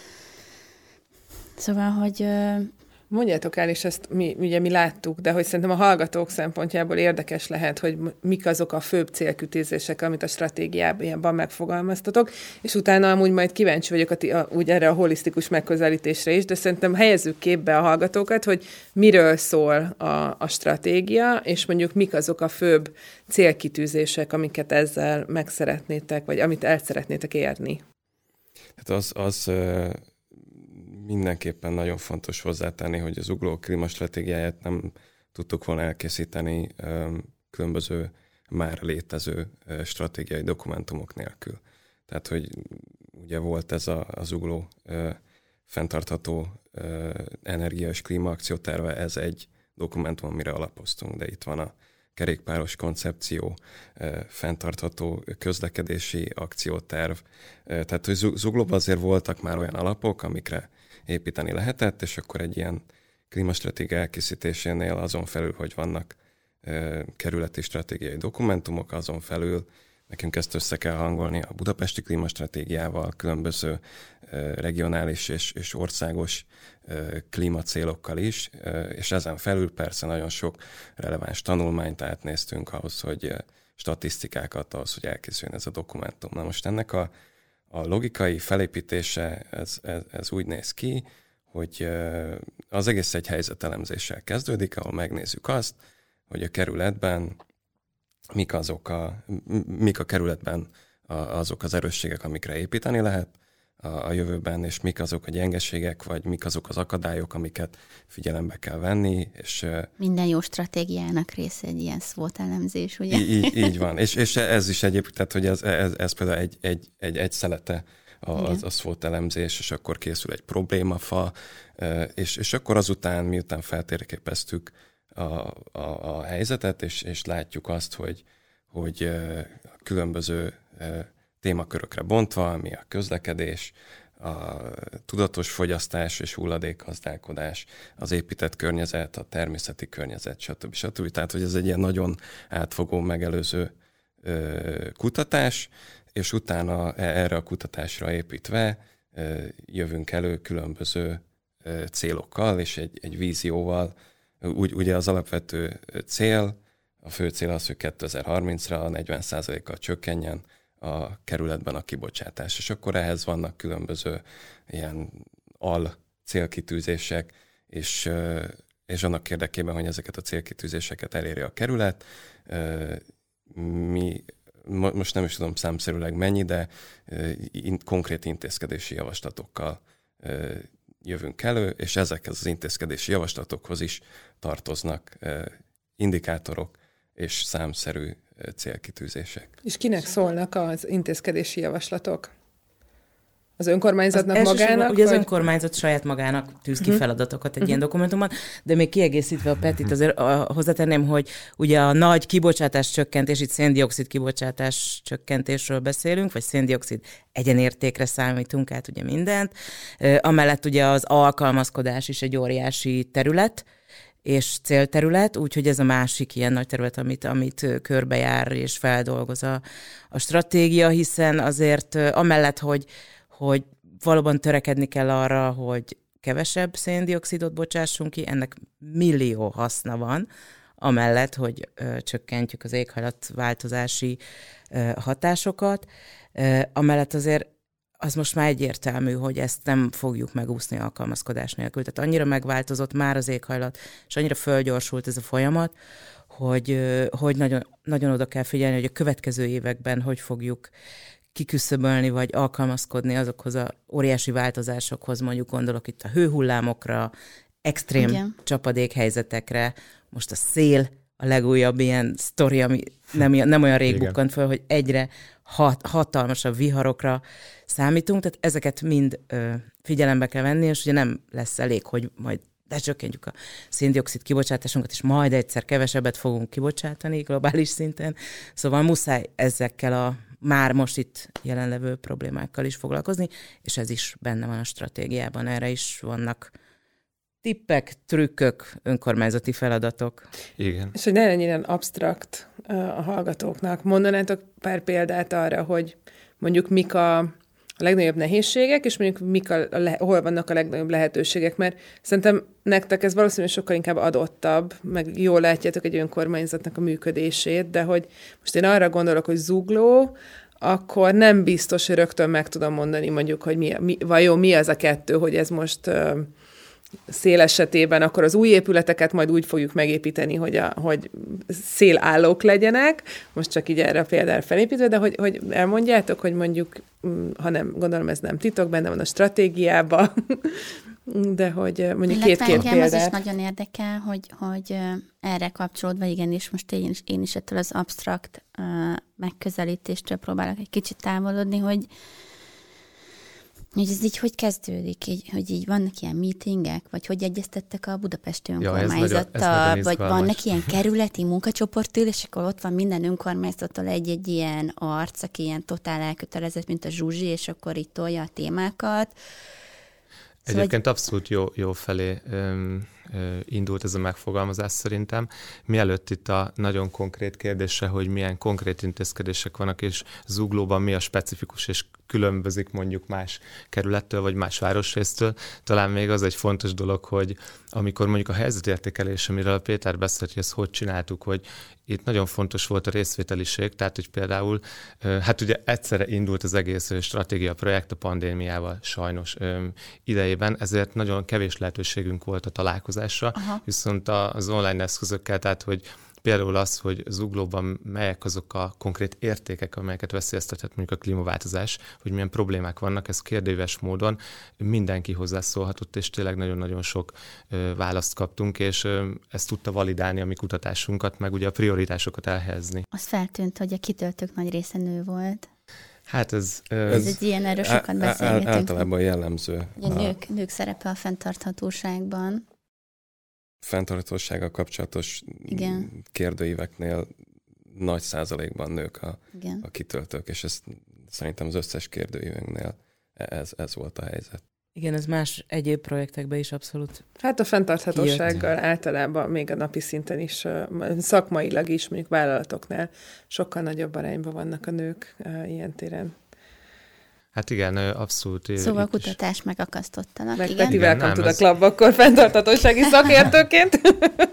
Szóval, hogy... Mondjátok el, és ezt mi láttuk, de hogy szerintem a hallgatók szempontjából érdekes lehet, hogy mik azok a főbb célkütézések, amit a stratégiában megfogalmaztatok, és utána amúgy majd kíváncsi vagyok úgy erre a holisztikus megközelítésre is, de szerintem helyezzük képbe a hallgatókat, hogy miről szól a stratégia, és mondjuk mik azok a főbb célkitűzések, amiket ezzel meg szeretnétek, vagy amit el szeretnétek érni. Hát az mindenképpen nagyon fontos hozzátenni, hogy az Zugló klímastratégiáját nem tudtuk volna elkészíteni különböző már létező stratégiai dokumentumok nélkül. Tehát, hogy ugye volt ez a Zugló fenntartható energia és klímaakcióterve, ez egy dokumentum, amire alapoztunk, de itt van a kerékpáros koncepció, fenntartható közlekedési akcióterv. Tehát, hogy Zuglóban azért voltak már olyan alapok, amikre építeni lehetett, és akkor egy ilyen klímastratégia elkészítésénél azon felül, hogy vannak kerületi stratégiai dokumentumok, azon felül nekünk ezt össze kell hangolni a budapesti klímastratégiával, különböző regionális és országos klímacélokkal is, és ezen felül persze nagyon sok releváns tanulmányt átnéztünk ahhoz, hogy statisztikákat, ahhoz, hogy elkészüljön ez a dokumentum. Na most ennek a logikai felépítése, ez úgy néz ki, hogy az egész egy helyzetelemzéssel kezdődik, ahol megnézzük azt, hogy a kerületben mik a kerületben azok az erősségek, amikre építeni lehet a jövőben, és mik azok a gyengeségek, vagy mik azok az akadályok, amiket figyelembe kell venni. És minden jó stratégiának része egy ilyen SWOT elemzés, ugye? Így van. És ez is egyébként, tehát, hogy ez például egy szelete a SWOT elemzés, és akkor készül egy problémafa, és akkor azután, miután feltérképeztük a helyzetet, és látjuk azt, hogy különböző témakörökre bontva, mi a közlekedés, a tudatos fogyasztás és hulladékgazdálkodás, az épített környezet, a természeti környezet, stb. Tehát, hogy ez egy ilyen nagyon átfogó, megelőző kutatás, és utána erre a kutatásra építve jövünk elő különböző célokkal és egy vízióval. Ugye az alapvető cél, a fő cél az, hogy 2030-ra 40%-kal csökkenjen a kerületben a kibocsátás. És akkor ehhez vannak különböző ilyen célkitűzések, és annak érdekében, hogy ezeket a célkitűzéseket eléri a kerület, mi most nem is tudom számszerűleg mennyi, de konkrét intézkedési javaslatokkal jövünk elő, és ezekhez az intézkedési javaslatokhoz is tartoznak indikátorok és számszerű célkitűzések. És kinek szólnak az intézkedési javaslatok? Az önkormányzatnak az magának? Ugye az önkormányzat saját magának tűz ki feladatokat egy ilyen dokumentumban, de még kiegészítve a Petit azért hozzátenném, hogy ugye a nagy kibocsátás csökkentés, itt széndioxid kibocsátás csökkentésről beszélünk, vagy széndioxid egyenértékre számítunk át ugye mindent. Amellett ugye az alkalmazkodás is egy óriási terület, és célterület, úgyhogy ez a másik ilyen nagy terület, amit körbejár és feldolgoz a stratégia, hiszen azért amellett, hogy valóban törekedni kell arra, hogy kevesebb széndioxidot bocsássunk ki, ennek millió haszna van, amellett, hogy csökkentjük az éghajlatváltozási hatásokat, amellett azért az most már egyértelmű, hogy ezt nem fogjuk megúszni alkalmazkodás nélkül. Tehát annyira megváltozott már az éghajlat, és annyira fölgyorsult ez a folyamat, hogy nagyon, nagyon oda kell figyelni, hogy a következő években hogy fogjuk kiküszöbölni, vagy alkalmazkodni azokhoz a óriási változásokhoz, mondjuk gondolok itt a hőhullámokra, extrém csapadékhelyzetekre, most a szél, a legújabb ilyen sztori, ami nem olyan rég bukkant föl, hogy egyre hatalmasabb viharokra számítunk, tehát ezeket mind figyelembe kell venni, és ugye nem lesz elég, hogy majd lecsökkentjük a széndioxid kibocsátásunkat, és majd egyszer kevesebbet fogunk kibocsátani globális szinten. Szóval muszáj ezekkel a már most itt jelenlevő problémákkal is foglalkozni, és ez is benne van a stratégiában. Erre is vannak tippek, trükkök, önkormányzati feladatok. Igen. És hogy ne legyen ilyen absztrakt a hallgatóknak, mondanátok pár példát arra, hogy mondjuk mik a legnagyobb nehézségek, és mondjuk hol vannak a legnagyobb lehetőségek, mert szerintem nektek ez valószínűleg sokkal inkább adottabb, meg jól látjátok egy önkormányzatnak a működését, de hogy most én arra gondolok, hogy Zugló, akkor nem biztos, hogy rögtön meg tudom mondani mondjuk, hogy vajon mi az a kettő, hogy ez most szél esetében akkor az új épületeket majd úgy fogjuk megépíteni, hogy szélállók legyenek, most csak így erre a példára felépítve, de hogy elmondjátok, hogy mondjuk, ha nem, gondolom ez nem titok, benne van a stratégiában, de hogy mondjuk két-két példát. Az is nagyon érdekel, hogy erre kapcsolódva, igenis, most én is ettől az absztrakt megközelítéstől próbálok egy kicsit távolodni, hogy ez így hogy kezdődik? Hogy így vannak ilyen meetingek? Vagy hogy egyeztettek a budapesti önkormányzattal? Vagy vannak ilyen kerületi munkacsoportül, és akkor ott van minden önkormányzattól egy ilyen arc, aki ilyen totál elkötelezett, mint a Zsuzsi, és akkor itt tolja a témákat. Egyébként abszolút jó felé indult ez a megfogalmazás szerintem. Mielőtt itt a nagyon konkrét kérdésre, hogy milyen konkrét intézkedések vannak, és Zuglóban mi a specifikus, és különbözik mondjuk más kerülettől, vagy más városrésztől, talán még az egy fontos dolog, hogy amikor mondjuk a helyzetértékelés, amiről a Péter beszélt, hogy ezt hogy csináltuk, hogy itt nagyon fontos volt a részvételiség, tehát hogy például, hát ugye egyszerre indult az egész stratégia projekt a pandémiával sajnos idejében, ezért nagyon kevés lehetőségünk volt a találkozásra, viszont az online eszközökkel, tehát hogy például az, hogy Zuglóban melyek azok a konkrét értékek, amelyeket veszélyeztethet mondjuk a klímaváltozás, hogy milyen problémák vannak, ez kérdéves módon mindenki hozzászólhatott, és tényleg nagyon-nagyon sok választ kaptunk, és ezt tudta validálni a mi kutatásunkat, meg ugye a prioritásokat elhelyezni. Az feltűnt, hogy a kitöltők nagy része nő volt. Hát ez egy ilyen, erről sokat beszélgetünk. Általában jellemző. Ugye nők szerepe a fenntarthatóságban. Fenntarthatósággal kapcsolatos kérdőíveknél nagy százalékban nők a kitöltők, és ez szerintem az összes kérdőívünknél ez volt a helyzet. Igen, ez más egyéb projektekben is abszolút. Hát a fenntarthatósággal általában még a napi szinten is, szakmailag is, mondjuk vállalatoknál sokkal nagyobb arányban vannak a nők ilyen téren. Hát igen, abszolút. Szóval a kutatás megakasztottalak. Meg Igen? Peti, welcome to the club, akkor fenntarthatósági szakértőként.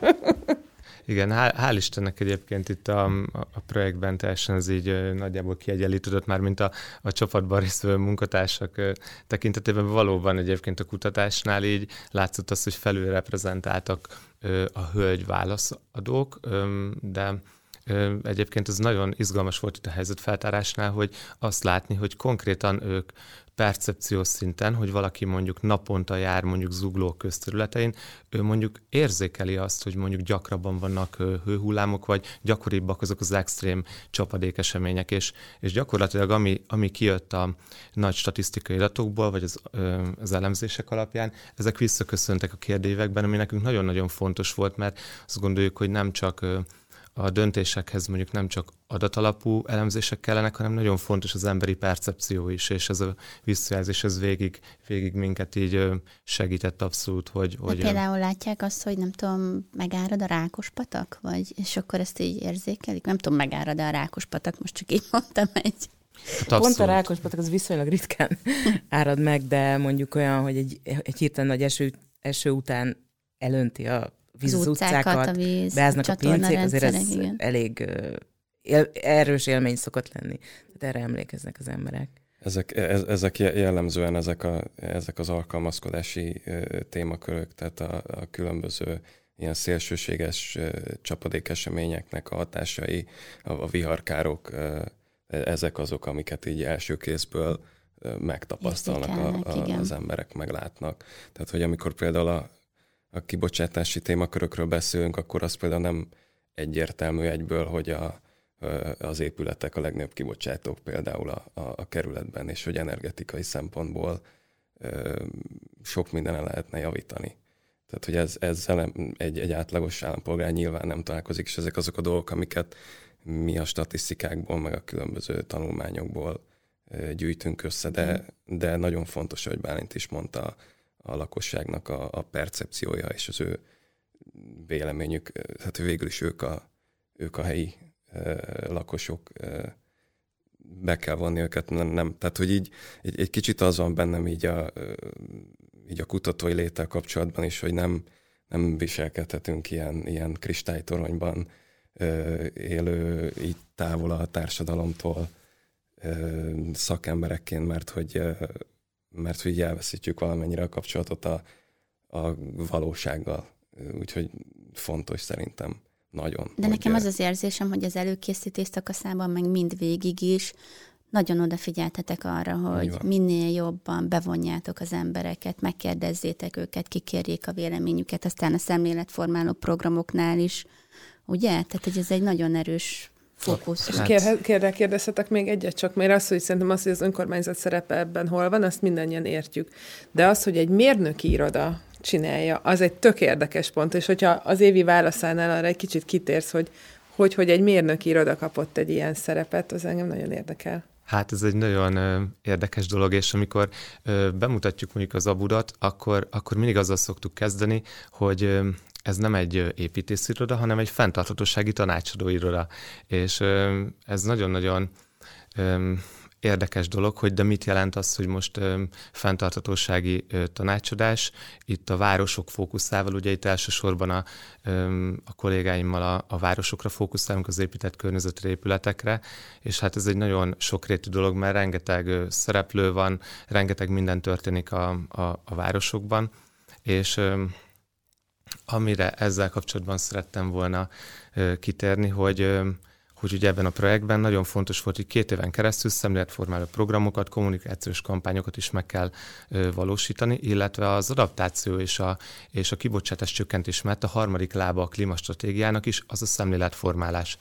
Igen, hál' Istennek egyébként itt a projektben teljesen ez így nagyjából kiegyenlítődött már, mint a csapatban résztvevő munkatársak tekintetében valóban egyébként a kutatásnál így látszott az, hogy felülreprezentáltak a hölgy válaszadók, de egyébként ez nagyon izgalmas volt itt a helyzetfeltárásnál, hogy azt látni, hogy konkrétan ők percepciós szinten, hogy valaki mondjuk naponta jár mondjuk Zugló közterületein, ő mondjuk érzékeli azt, hogy mondjuk gyakrabban vannak hőhullámok, vagy gyakoribbak azok az extrém csapadékesemények, és gyakorlatilag ami kijött a nagy statisztikai adatokból, vagy az elemzések alapján, ezek visszaköszöntek a kérdőívekben, ami nekünk nagyon-nagyon fontos volt, mert azt gondoljuk, hogy nem csak a döntésekhez mondjuk nem csak adatalapú elemzések kellenek, hanem nagyon fontos az emberi percepció is, és ez a visszajelzés ez végig minket így segített abszolút, hogy... Például látják azt, hogy nem tudom, megárad a Rákospatak? És akkor ezt így érzékelik? Nem tudom, megárad a Rákospatak, most csak így mondtam egy... Hát pont a Rákospatak az viszonylag ritkán árad meg, de mondjuk olyan, hogy egy hirtelen nagy eső után elönti a víz az utcákat, beáznak a pincék, azért ez igen. Elég erős élmény szokott lenni. Tehát erre emlékeznek az emberek. Ezek jellemzően ezek az alkalmazkodási témakörök, tehát a különböző ilyen szélsőséges csapadékeseményeknek a hatásai, a viharkárok, ezek azok, amiket így első kézből megtapasztalnak az emberek, meglátnak. Tehát, hogy amikor például a kibocsátási témakörökről beszélünk, akkor az például nem egyértelmű egyből, hogy az épületek a legnagyobb kibocsátók például a kerületben, és hogy energetikai szempontból sok mindenen lehetne javítani. Tehát, hogy ezzel egy átlagos állampolgár nyilván nem találkozik, és ezek azok a dolgok, amiket mi a statisztikákból, meg a különböző tanulmányokból gyűjtünk össze, de nagyon fontos, hogy Bálint is mondta, a lakosságnak a percepciója és az ő véleményük, hát végül is ők a helyi lakosok, be kell vonni őket, nem. Tehát, hogy így egy kicsit az van bennem így a kutatói léttel kapcsolatban is, hogy nem viselkedhetünk ilyen kristálytoronyban élő, így távol a társadalomtól szakemberekként, mert hogy elveszítjük valamennyire a kapcsolatot a valósággal. Úgyhogy fontos szerintem nagyon. De nekem az az érzésem, hogy az előkészítés szakaszában, meg mind végig is nagyon odafigyeltetek arra, hogy minél jobban bevonjátok az embereket, megkérdezzétek őket, kikérjék a véleményüket, aztán a szemléletformáló programoknál is, ugye? Tehát, hogy ez egy nagyon erős fókusz. Kérdezhetek még egyet csak, mert az, hogy szerintem az, hogy az önkormányzat szerepe ebben hol van, azt mindannyian értjük. De az, hogy egy mérnöki iroda csinálja, az egy tök érdekes pont, és hogyha az évi válaszánál arra egy kicsit kitérsz, hogy egy mérnöki iroda kapott egy ilyen szerepet, az engem nagyon érdekel. Hát ez egy nagyon érdekes dolog, és amikor bemutatjuk mondjuk az abudat, akkor mindig azzal szoktuk kezdeni, hogy ez nem egy építésziroda, hanem egy fenntarthatósági tanácsadó iroda. És ez nagyon-nagyon érdekes dolog, hogy de mit jelent az, hogy most fenntarthatósági tanácsadás. Itt a városok fókuszával, ugye itt elsősorban a kollégáimmal a városokra fókuszálunk, az épített környezetre, épületekre, és hát ez egy nagyon sokrétű dolog, mert rengeteg szereplő van, rengeteg minden történik a városokban, és amire ezzel kapcsolatban szerettem volna kitérni, hogy ugye ebben a projektben nagyon fontos volt, hogy 2 éven keresztül szemléletformáló programokat, kommunikációs kampányokat is meg kell valósítani, illetve az adaptáció és a kibocsátás csökkentés mellett a harmadik lába a klímastratégiának is az a szemléletformálás.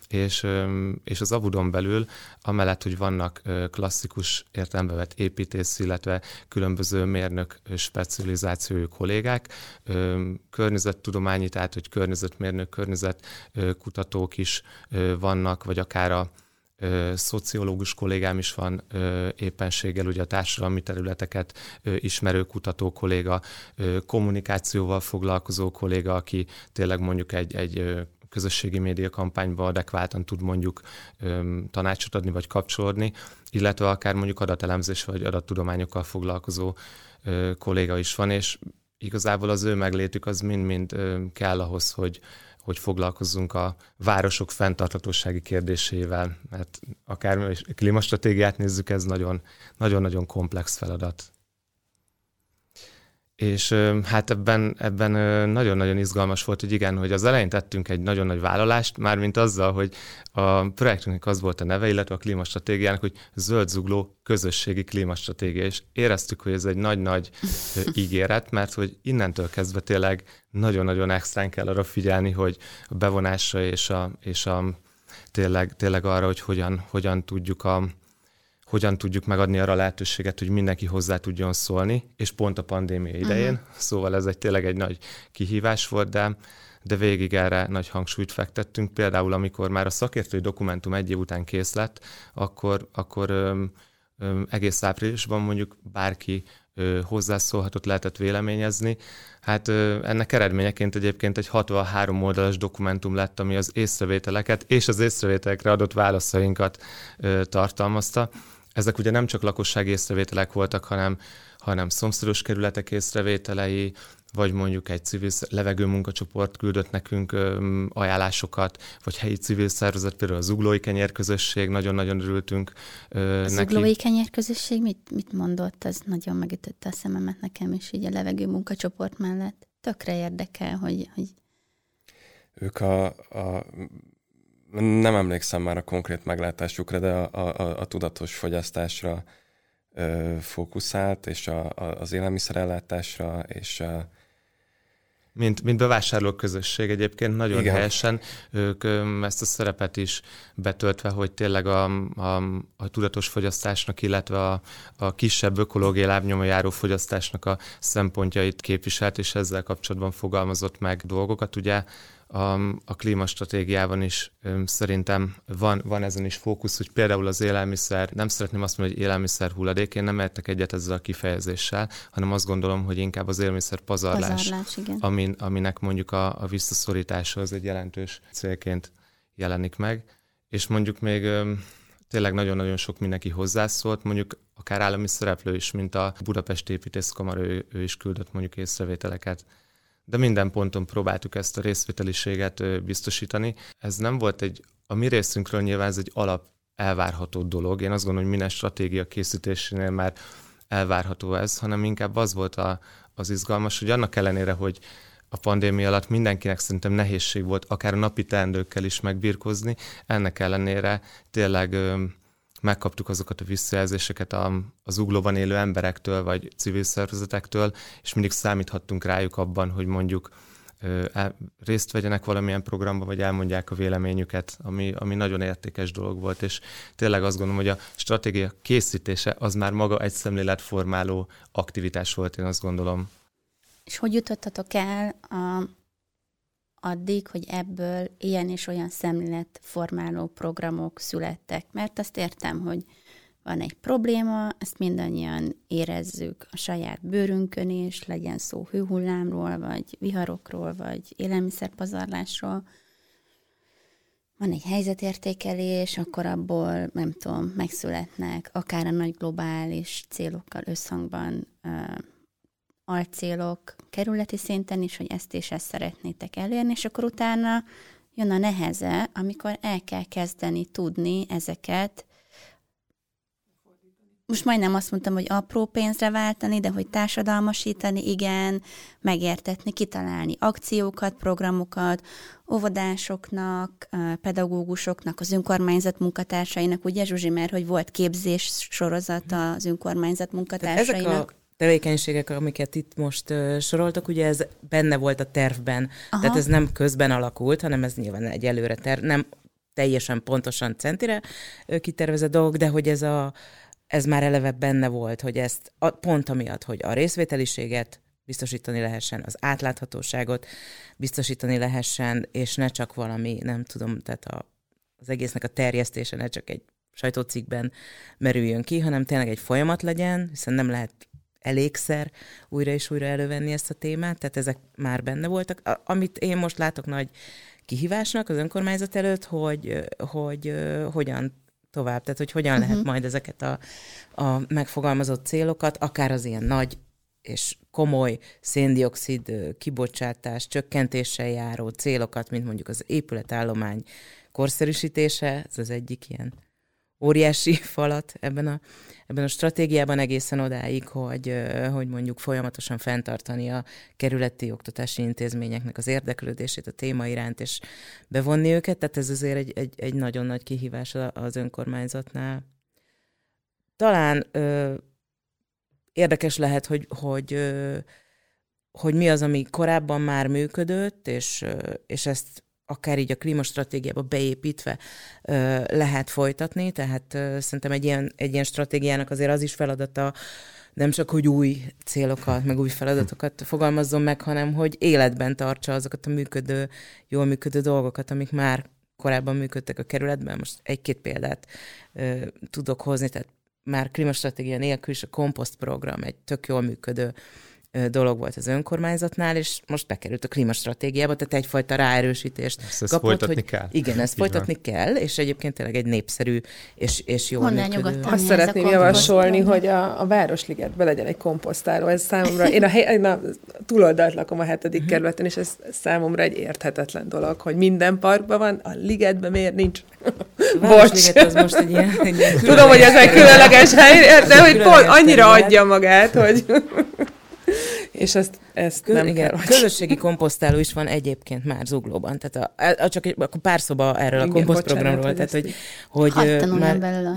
És az abudon belül, amellett, hogy vannak klasszikus értelembe vett építész, illetve különböző mérnök specializációjú kollégák, környezettudományi, tehát hogy környezetmérnök, környezetkutatók is vannak, vagy akár szociológus kollégám is van éppenséggel, ugye a társadalmi területeket ismerő kutató kolléga, kommunikációval foglalkozó kolléga, aki tényleg mondjuk egy közösségi média kampányban adekváltan tud mondjuk tanácsot adni, vagy kapcsolódni, illetve akár mondjuk adatelemzés, vagy adattudományokkal foglalkozó kolléga is van, és igazából az ő meglétük az mind-mind kell ahhoz, hogy foglalkozzunk a városok fenntarthatósági kérdésével, mert akár klímastratégiát nézzük, ez nagyon-nagyon komplex feladat. És hát ebben nagyon-nagyon izgalmas volt, hogy igen, hogy az elején tettünk egy nagyon nagy vállalást, mármint azzal, hogy a projektünknek az volt a neve, illetve a klímastratégiának, hogy Zöld Zugló közösségi klímastratégia, és éreztük, hogy ez egy nagy-nagy ígéret, mert hogy innentől kezdve tényleg nagyon-nagyon extrán kell arra figyelni, hogy a bevonásra és tényleg arra, hogy hogyan tudjuk megadni arra a lehetőséget, hogy mindenki hozzá tudjon szólni, és pont a pandémia idején. Szóval ez tényleg egy nagy kihívás volt, de végig erre nagy hangsúlyt fektettünk. Például, amikor már a szakértői dokumentum 1 év után kész lett, akkor egész áprilisban mondjuk bárki hozzászólhatott, lehetett véleményezni. Hát ennek eredményeként egyébként egy 63 oldalas dokumentum lett, ami az észrevételeket és az észrevételekre adott válaszainkat tartalmazta. Ezek ugye nem csak lakossági észrevételek voltak, hanem szomszédos kerületek észrevételei, vagy mondjuk egy civil levegőmunkacsoport küldött nekünk ajánlásokat, vagy helyi civil szervezet, például a Zuglói Kenyérközösség, nagyon-nagyon örültünk neki. A Zuglói Kenyérközösség mit mondott? Ez nagyon megütötte a szememet nekem is, így a levegőmunkacsoport mellett. Tökre érdekel, hogy... Ők nem emlékszem már a konkrét meglátásukra, de a tudatos fogyasztásra fókuszált, és az élelmiszerellátásra, és Mint bevásárló közösség egyébként nagyon igen. helyesen ők ezt a szerepet is betöltve, hogy tényleg a tudatos fogyasztásnak, illetve a kisebb ökológiai lábnyomon járó fogyasztásnak a szempontjait képviselt, és ezzel kapcsolatban fogalmazott meg dolgokat. Ugye a klímastratégiában is szerintem van ezen is fókusz, hogy például az élelmiszer, nem szeretném azt mondani, hogy élelmiszer hulladék, én nem értek egyet ezzel a kifejezéssel, hanem azt gondolom, hogy inkább az élelmiszer pazarlás aminek mondjuk a visszaszorítása az egy jelentős célként jelenik meg. És mondjuk még tényleg nagyon-nagyon sok mindenki hozzászólt, mondjuk akár állami szereplő is, mint a Budapesti Építészkamara, ő is küldött mondjuk észrevételeket. De minden ponton próbáltuk ezt a részvételiséget biztosítani. Ez nem volt a mi részünkről nyilván ez egy alap elvárható dolog. Én azt gondolom, hogy minden stratégia készítésénél már elvárható ez, hanem inkább az volt az izgalmas, hogy annak ellenére, hogy a pandémia alatt mindenkinek szerintem nehézség volt akár a napi teendőkkel is megbirkózni, ennek ellenére tényleg megkaptuk azokat a visszajelzéseket az Zuglóban élő emberektől, vagy civil szervezetektől, és mindig számíthattunk rájuk abban, hogy mondjuk részt vegyenek valamilyen programban, vagy elmondják a véleményüket, ami nagyon értékes dolog volt, és tényleg azt gondolom, hogy a stratégia készítése az már maga egy szemléletformáló aktivitás volt, én azt gondolom. És hogy jutottatok el addig, hogy ebből ilyen és olyan szemléletformáló programok születtek? Mert azt értem, hogy van egy probléma, ezt mindannyian érezzük a saját bőrünkön is, legyen szó hőhullámról, vagy viharokról, vagy élelmiszerpazarlásról. Van egy helyzetértékelés, akkor abból, nem tudom, megszületnek akár a nagy globális célokkal összhangban alcélok kerületi szinten is, hogy ezt és ezt szeretnétek elérni, és akkor utána jön a neheze, amikor el kell kezdeni tudni ezeket, most majdnem azt mondtam, hogy apró pénzre váltani, de hogy társadalmasítani, igen, megértetni, kitalálni akciókat, programokat, óvodásoknak, pedagógusoknak, az önkormányzat munkatársainak, ugye Zsuzsi, mert hogy volt képzés sorozata az önkormányzat munkatársainak. Ezek a tevékenységek, amiket itt most soroltak, ugye ez benne volt a tervben. Aha. Tehát ez nem közben alakult, hanem ez nyilván egy előre terv, nem teljesen pontosan centire kitervezett dolgok, de hogy ez már eleve benne volt, hogy ezt pont amiatt, hogy a részvételiséget biztosítani lehessen, az átláthatóságot biztosítani lehessen, és ne csak valami, nem tudom, tehát az egésznek a terjesztése ne csak egy sajtócikkben merüljön ki, hanem tényleg egy folyamat legyen, hiszen nem lehet elégszer újra és újra elővenni ezt a témát, tehát ezek már benne voltak. Amit én most látok nagy kihívásnak az önkormányzat előtt, hogy hogyan tovább, tehát hogy hogyan lehet majd ezeket a megfogalmazott célokat, akár az ilyen nagy és komoly széndioxid kibocsátás csökkentéssel járó célokat, mint mondjuk az épületállomány korszerűsítése, ez az egyik ilyen óriási falat ebben a stratégiában egészen odáig, hogy mondjuk folyamatosan fenntartani a kerületi oktatási intézményeknek az érdeklődését a téma iránt, és bevonni őket, tehát ez azért egy nagyon nagy kihívás az önkormányzatnál. Talán érdekes lehet, hogy mi az, ami korábban már működött, és ezt akár így a klímastratégiába beépítve lehet folytatni, tehát szerintem egy ilyen stratégiának azért az is feladata, nem csak, hogy új célokat, meg új feladatokat fogalmazzon meg, hanem hogy életben tartsa azokat a jól működő dolgokat, amik már korábban működtek a kerületben. Most egy-két példát tudok hozni, tehát már klímastratégia nélkül is a komposztprogram egy tök jól működő dolog volt az önkormányzatnál, és most bekerült a klímastratégiába, tehát egyfajta ráerősítést ezt folytatni kell. Igen, ezt folytatni kell, és egyébként tényleg egy népszerű és jól működő. Azt szeretném javasolni, hogy a Városligetben legyen egy komposztáló. Ez számomra, én a túloldalt lakom a 7. kerületen, és ez számomra egy érthetetlen dolog, hogy minden parkban van, a ligetben miért nincs? Bocs! Az most egy ilyen tudom, hogy ez egy különleges hely, de hogy pont annyira adja magát, hogy... És ezt nem igen, kell. Közösségi komposztáló is van egyébként már Zuglóban. Tehát csak akkor pár szóba erről a komposztprogramról. Tehát, hogy már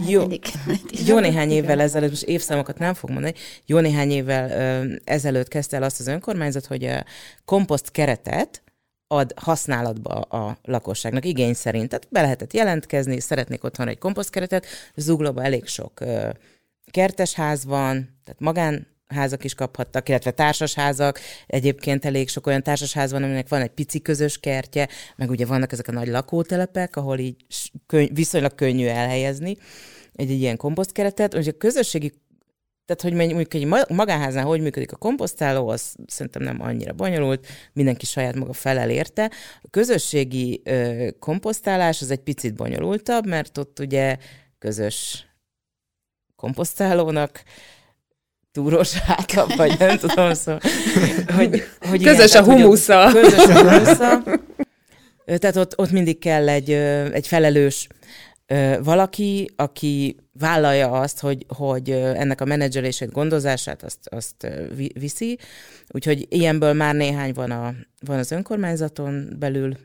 jó néhány évvel ezelőtt, most évszámokat nem fog mondani, jó néhány évvel ezelőtt kezdte el azt az önkormányzat, hogy a komposzt keretet ad használatba a lakosságnak igény szerint. Tehát be lehetett jelentkezni, szeretnék otthon egy komposztkeretet. Zuglóban elég sok kertesház van, tehát magánházak is kaphattak, illetve társasházak. Egyébként elég sok olyan társasház van, aminek van egy pici közös kertje, meg ugye vannak ezek a nagy lakótelepek, ahol így viszonylag könnyű elhelyezni egy ilyen komposztkeretet. Ugye a közösségi, tehát hogy mondjuk egy magánháznál hogy működik a komposztáló, az szerintem nem annyira bonyolult, mindenki saját maga felel érte. A közösségi komposztálás az egy picit bonyolultabb, mert ott ugye közös komposztálónak túros háta, vagy nem tudom, szóval, hogy közös a humusza. Közös a humusza. Tehát ott mindig kell egy felelős valaki, aki vállalja azt, hogy ennek a menedzselését, gondozását azt viszi. Úgyhogy ilyenből már néhány van az önkormányzaton belül,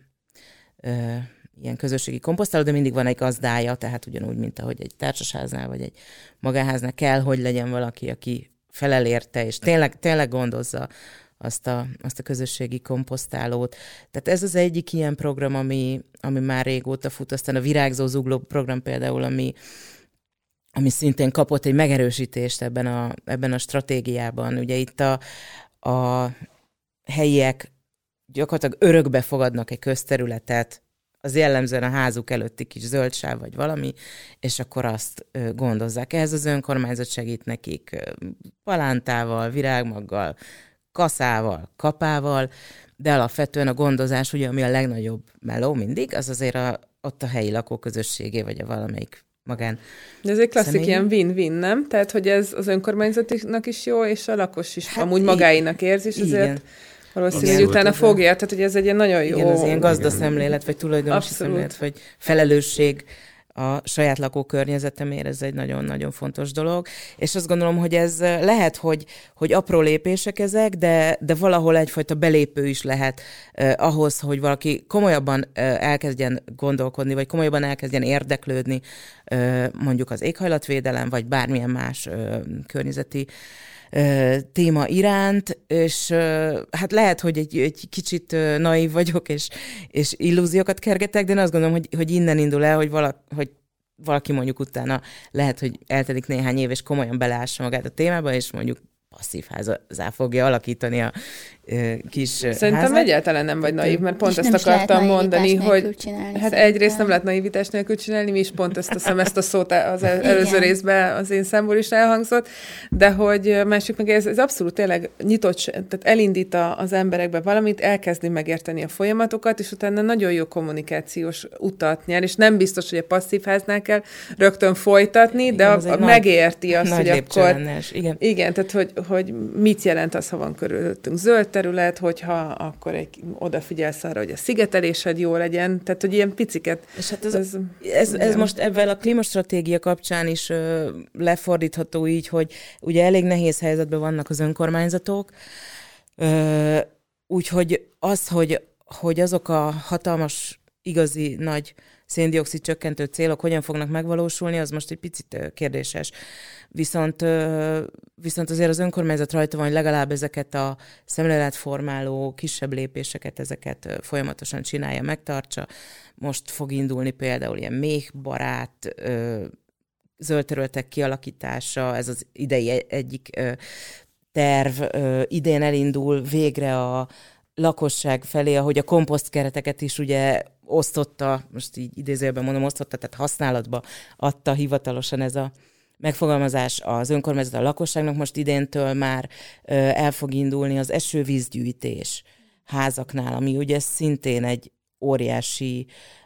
ilyen közösségi komposztáló, de mindig van egy gazdája, tehát ugyanúgy, mint ahogy egy társasháznál vagy egy magánháznál kell, hogy legyen valaki, aki felel érte, és tényleg gondozza azt a közösségi komposztálót. Tehát ez az egyik ilyen program, ami már régóta fut, aztán a Virágzó Zugló program például, ami szintén kapott egy megerősítést ebben a stratégiában. Ugye itt a helyiek gyakorlatilag örökbe fogadnak egy közterületet, az jellemzően a házuk előtti kis zöldsáv vagy valami, és akkor azt gondozzák. Ehhez az önkormányzat segít nekik palántával, virágmaggal, kaszával, kapával, de alapvetően a gondozás, ugye, ami a legnagyobb meló mindig, az azért ott a helyi lakóközösségé, vagy a valamelyik magán. De ez egy klasszik ilyen win-win, nem? Tehát, hogy ez az önkormányzatnak is jó, és a lakos is amúgy magáinak érzi, és ezért valószínűleg, hogy utána fogja, tehát, hogy ez egy ilyen nagyon jó... Igen, az ilyen gazdaszemlélet, vagy tulajdonosi szemlélet, vagy felelősség a saját lakókörnyezetemért, ez egy nagyon-nagyon fontos dolog. És azt gondolom, hogy ez lehet, hogy apró lépések ezek, de valahol egyfajta belépő is lehet ahhoz, hogy valaki komolyabban elkezdjen gondolkodni, vagy komolyabban elkezdjen érdeklődni mondjuk az éghajlatvédelem, vagy bármilyen más környezeti téma iránt, és hát lehet, hogy egy kicsit naív vagyok, és illúziókat kergetek, de én azt gondolom, hogy innen indul el, hogy valaki mondjuk utána lehet, hogy eltelik néhány év, és komolyan beleássa magát a témába, és mondjuk passzív házá fogja alakítani a kis Szerintem házat. egyáltalán nem vagy naív, mert pont És ezt nem is lehet akartam mondani, hogy csinálni, egyrészt nem lehet naivitás nélkül csinálni, mi is pont ezt a szót az előző részben az én számból is elhangzott, de hogy másik meg ez abszolút tényleg nyitott, tehát elindít az emberekbe valamit, elkezdi megérteni a folyamatokat, és utána nagyon jó kommunikációs utat nyer, és nem biztos, hogy a passzív háznál kell rögtön folytatni, igen, de megérti azt, hogy akkor... Igen, tehát hogy mit jelent az, ha van körülöttünk zöld terület, hogyha akkor odafigyelsz arra, hogy a szigetelésed jó legyen, tehát hogy ilyen piciket... És hát ez most ebben a klímastratégia kapcsán is lefordítható így, hogy ugye elég nehéz helyzetben vannak az önkormányzatok, úgyhogy az, hogy azok a hatalmas, igazi nagy szén-dioxid csökkentő célok hogyan fognak megvalósulni, az most egy picit kérdéses. Viszont azért az önkormányzat rajta van, hogy legalább ezeket a szemléletformáló kisebb lépéseket, ezeket folyamatosan csinálja, megtartsa. Most fog indulni például ilyen méhbarát zöld területek kialakítása, ez az idei egyik terv. Idén elindul végre a lakosság felé, ahogy a komposztkereteket is ugye osztotta, most így idézőjelben mondom osztotta, tehát használatba adta hivatalosan ez a megfogalmazás az önkormányzat a lakosságnak. Most idéntől már el fog indulni az esővízgyűjtés házaknál, ami ugye szintén egy óriási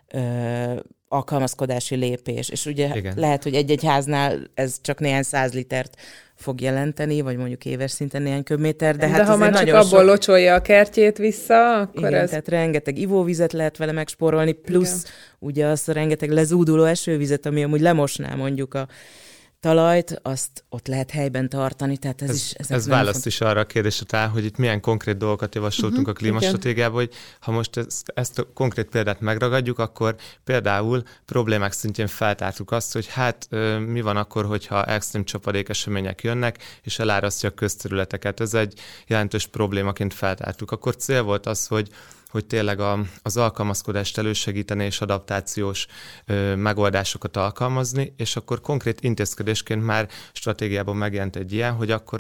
alkalmazkodási lépés, és ugye igen, lehet, hogy egy-egy háznál ez csak néhány 100 litert fog jelenteni, vagy mondjuk éves szinten néhány köbméter, de hát ha már csak abból locsolja a kertjét vissza, akkor igen, tehát rengeteg ivóvizet lehet vele megspórolni, plusz igen, ugye azt a rengeteg lezúduló esővizet, ami amúgy lemosná mondjuk a talajt, azt ott lehet helyben tartani, tehát ez választ is arra a kérdésre talán, hogy itt milyen konkrét dolgokat javasoltunk a klímastratégiában, hogy ha most ezt a konkrét példát megragadjuk, akkor például problémák szintjén feltártuk azt, hogy hát mi van akkor, hogyha extrém csapadékesemények jönnek, és elárasztja a közterületeket. Ez egy jelentős problémaként feltártuk. Akkor cél volt az, hogy tényleg az alkalmazkodást elősegíteni és adaptációs megoldásokat alkalmazni, és akkor konkrét intézkedésként már stratégiában megjelent egy ilyen, hogy akkor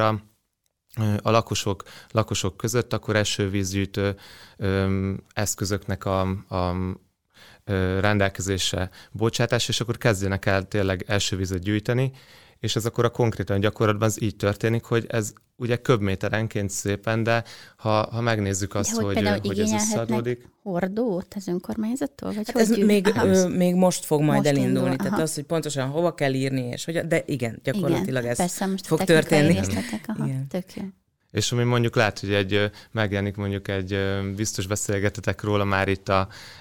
a lakosok között akkor esővízgyűjtő eszközöknek a rendelkezésre bocsátás, és akkor kezdjenek el tényleg esővizet gyűjteni, és ez akkor a konkrétan gyakorlatban az így történik, hogy ez ugye köbméterenként szépen, de ha megnézzük azt, hogy ez összeadódik. Hordót az önkormányzattól? Vagy hát ez még most fog majd elindulni, tehát az, hogy pontosan hova kell írni, és hogy, de igen, gyakorlatilag ez persze, most fog történni. Igen. Tök jó. És ami mondjuk lehet, hogy megjelenik mondjuk biztos beszélgetetek róla már itt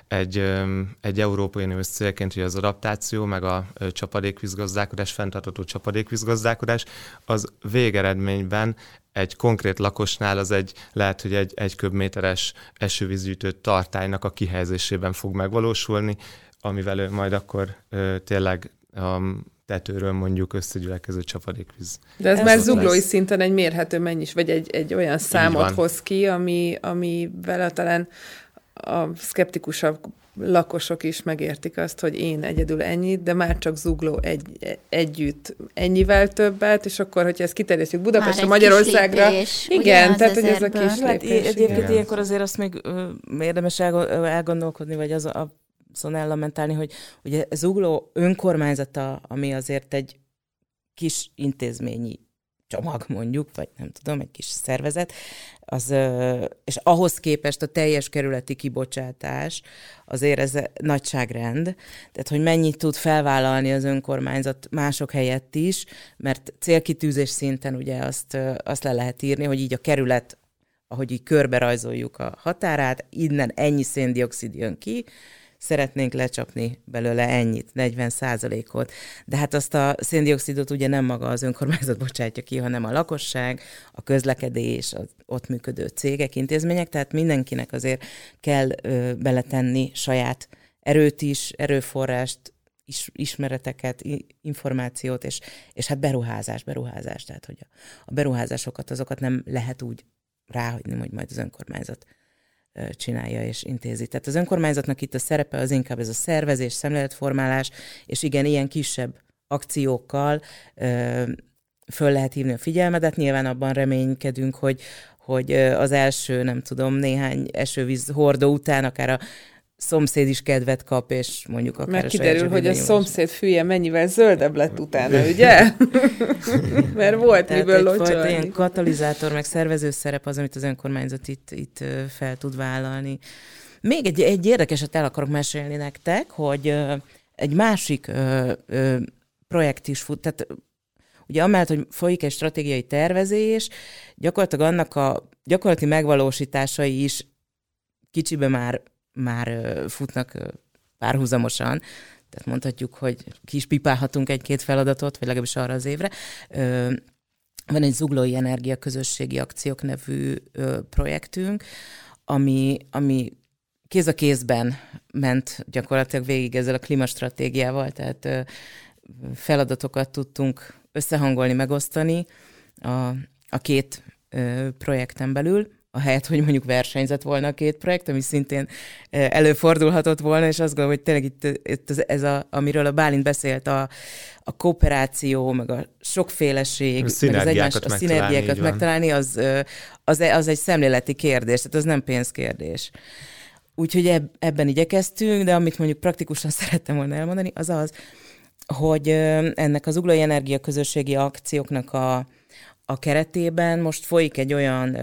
egy Európai Uniós célként, hogy az adaptáció, meg a csapadékvízgazdálkodás, fenntartható csapadékvízgazdálkodás, az végeredményben egy konkrét lakosnál az lehet, hogy egy köbméteres esővízgyűjtő tartálynak a kihelyezésében fog megvalósulni, amivel majd akkor tényleg tetőről mondjuk összegyülekező csapadékvíz. De ez már zuglói szinten egy mérhető mennyis, vagy egy olyan számot hoz ki, amivel talán a szkeptikusabb lakosok is megértik azt, hogy én egyedül ennyit, de már csak Zugló együtt ennyivel többet, és akkor, hogyha ezt kiterjesztjük Budapestre, Magyarországra. Igen, tehát hogy ez a kis lépés. Egyébként ilyenkor azért azt még érdemes elgondolkodni, vagy azon ellamentálni, hogy ugye Zugló önkormányzata, ami azért egy kis intézményi csomag mondjuk, vagy nem tudom, egy kis szervezet, és ahhoz képest a teljes kerületi kibocsátás azért ez nagyságrend, tehát hogy mennyit tud felvállalni az önkormányzat mások helyett is, mert célkitűzés szinten ugye azt le lehet írni, hogy így a kerület, ahogy így körbe rajzoljuk a határát, innen ennyi szén-dioxid jön ki, szeretnénk lecsapni belőle ennyit, 40%-ot. De hát azt a szén-dioxidot ugye nem maga az önkormányzat bocsátja ki, hanem a lakosság, a közlekedés, az ott működő cégek, intézmények, tehát mindenkinek azért kell beletenni saját erőt is, erőforrást, ismereteket, információt, és hát beruházás. Tehát, hogy a beruházásokat, azokat nem lehet úgy ráhagyni, hogy majd az önkormányzat csinálja és intézi. Tehát az önkormányzatnak itt a szerepe az inkább ez a szervezés, szemléletformálás, és igen, ilyen kisebb akciókkal föl lehet hívni a figyelmedet. Nyilván abban reménykedünk, hogy az első, nem tudom, néhány esővíz hordó után akár a szomszéd is kedvet kap, és mondjuk akár meg kiderül, hogy a szomszéd fülye mennyivel zöldebb lett utána, ugye? Mert volt tehát miből locsolni. Ilyen katalizátor, meg szervező szerep az, amit az önkormányzat itt fel tud vállalni. Még egy érdekeset el akarok mesélni nektek, hogy egy másik projekt is fut, tehát ugye amellett, hogy folyik egy stratégiai tervezés, gyakorlatilag annak a gyakorlati megvalósításai is kicsibe már futnak párhuzamosan, tehát mondhatjuk, hogy ki is pipálhatunk egy-két feladatot, vagy legalábbis arra az évre. Van egy Zuglói Energia Közösségi Akciók nevű projektünk, ami kéz a kézben ment gyakorlatilag végig ezzel a klímastratégiával, tehát feladatokat tudtunk összehangolni, megosztani a két projekten belül, ahelyett, hogy mondjuk versenyzett volna a két projekt, ami szintén előfordulhatott volna, és azt gondolom, hogy tényleg itt amiről a Bálint beszélt, a kooperáció, meg a sokféleség, a szinergiákat megtalálni, az egy szemléleti kérdés, tehát az nem pénzkérdés. Úgyhogy ebben igyekeztünk, de amit mondjuk praktikusan szerettem volna elmondani, az az, hogy ennek az Zuglói Energia Közösségi Akcióknak a keretében most folyik egy olyan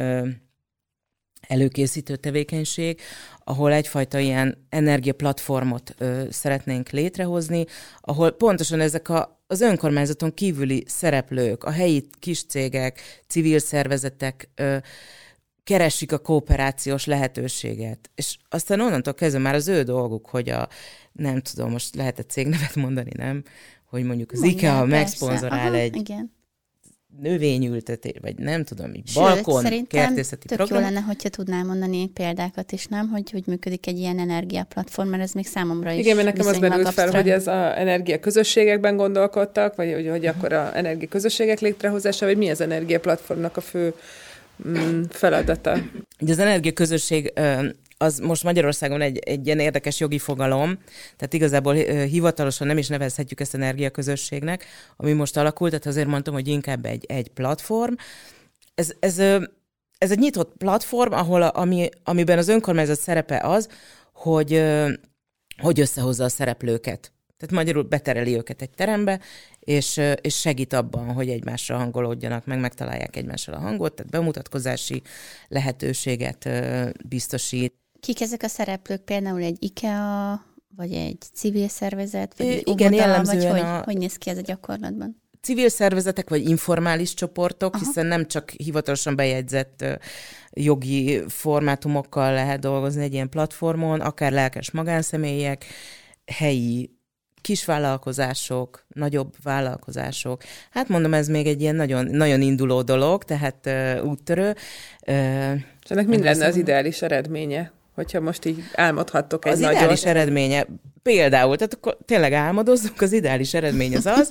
előkészítő tevékenység, ahol egyfajta ilyen energiaplatformot szeretnénk létrehozni, ahol pontosan ezek az önkormányzaton kívüli szereplők, a helyi kis cégek, civil szervezetek keresik a kooperációs lehetőséget. És aztán onnantól kezdve már az ő dolguk, hogy nem tudom, most lehet egy cégnevet mondani, nem? Hogy mondjuk az IKEA megszponzorál egy növényültetés, vagy nem tudom, egy balkon, kertészeti tök program. jó lenne, hogyha tudnál mondani példákat is, nem? Hogy működik egy ilyen energiaplatform, mert ez még számomra is. Igen, mert nekem az merült fel, hogy ez az energiaközösségekben gondolkodtak, vagy hogy akkor az energiaközösségek létrehozása, vagy mi az energiaplatformnak a fő feladata? Ugye az energiaközösség az most Magyarországon egy ilyen érdekes jogi fogalom, tehát igazából hivatalosan nem is nevezhetjük ezt energiaközösségnek, ami most alakult, tehát azért mondtam, hogy inkább egy platform. Ez egy nyitott platform, amiben az önkormányzat szerepe az, hogy összehozza a szereplőket. Tehát magyarul betereli őket egy terembe, és segít abban, hogy egymásra hangolódjanak, megtalálják egymással a hangot, tehát bemutatkozási lehetőséget biztosít. Kik ezek a szereplők? Például egy IKEA, vagy egy civil szervezet, vagy egy igen, óvoda, jellemzően vagy hogy néz ki ez a gyakorlatban? Civil szervezetek, vagy informális csoportok, hiszen nem csak hivatalosan bejegyzett jogi formátumokkal lehet dolgozni egy ilyen platformon, akár lelkes magánszemélyek, helyi kisvállalkozások, nagyobb vállalkozások. Hát mondom, ez még egy ilyen nagyon, nagyon induló dolog, tehát úttörő. És ennek mind lenne az ideális eredménye, hogyha most így álmodhattok egy nagyot. Az ideális eredménye például, tehát akkor tényleg álmodozzunk, az ideális eredmény az,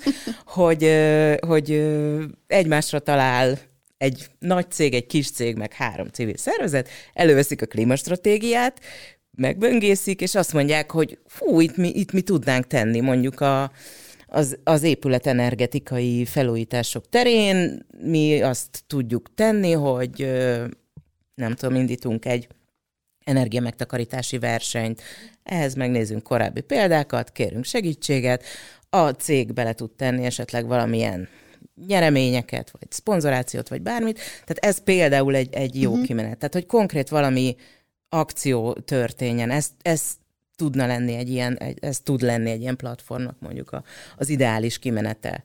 hogy egymásra talál egy nagy cég, egy kis cég, meg 3 civil szervezet, előveszik a klímastratégiát, megböngészik, és azt mondják, hogy itt mi tudnánk tenni mondjuk az épület energetikai felújítások terén. Mi azt tudjuk tenni, hogy nem tudom, indítunk egy energiamegtakarítási versenyt. Ehhez megnézzünk korábbi példákat, kérünk segítséget, a cég bele tud tenni esetleg valamilyen nyereményeket, vagy szponzorációt, vagy bármit. Tehát ez például egy jó kimenet. Tehát, hogy konkrét valami akció történjen. Ez tudna lenni ez tud lenni egy ilyen platformnak mondjuk az ideális kimenete.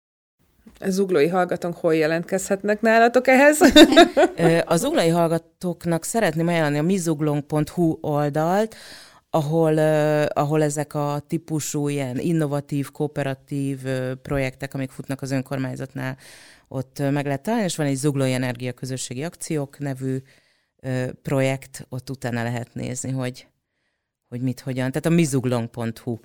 A zuglói hallgatók hol jelentkezhetnek nálatok ehhez? A zuglói hallgatóknak szeretném ajánlani a mizuglónk.hu oldalt, ahol ezek a típusú ilyen innovatív, kooperatív projektek, amik futnak az önkormányzatnál, ott meg lehet találni, és van egy Zuglói Energia Közösségi Akciók nevű projekt, ott utána lehet nézni, hogy mit, hogyan. Tehát a mizuglónk.hu,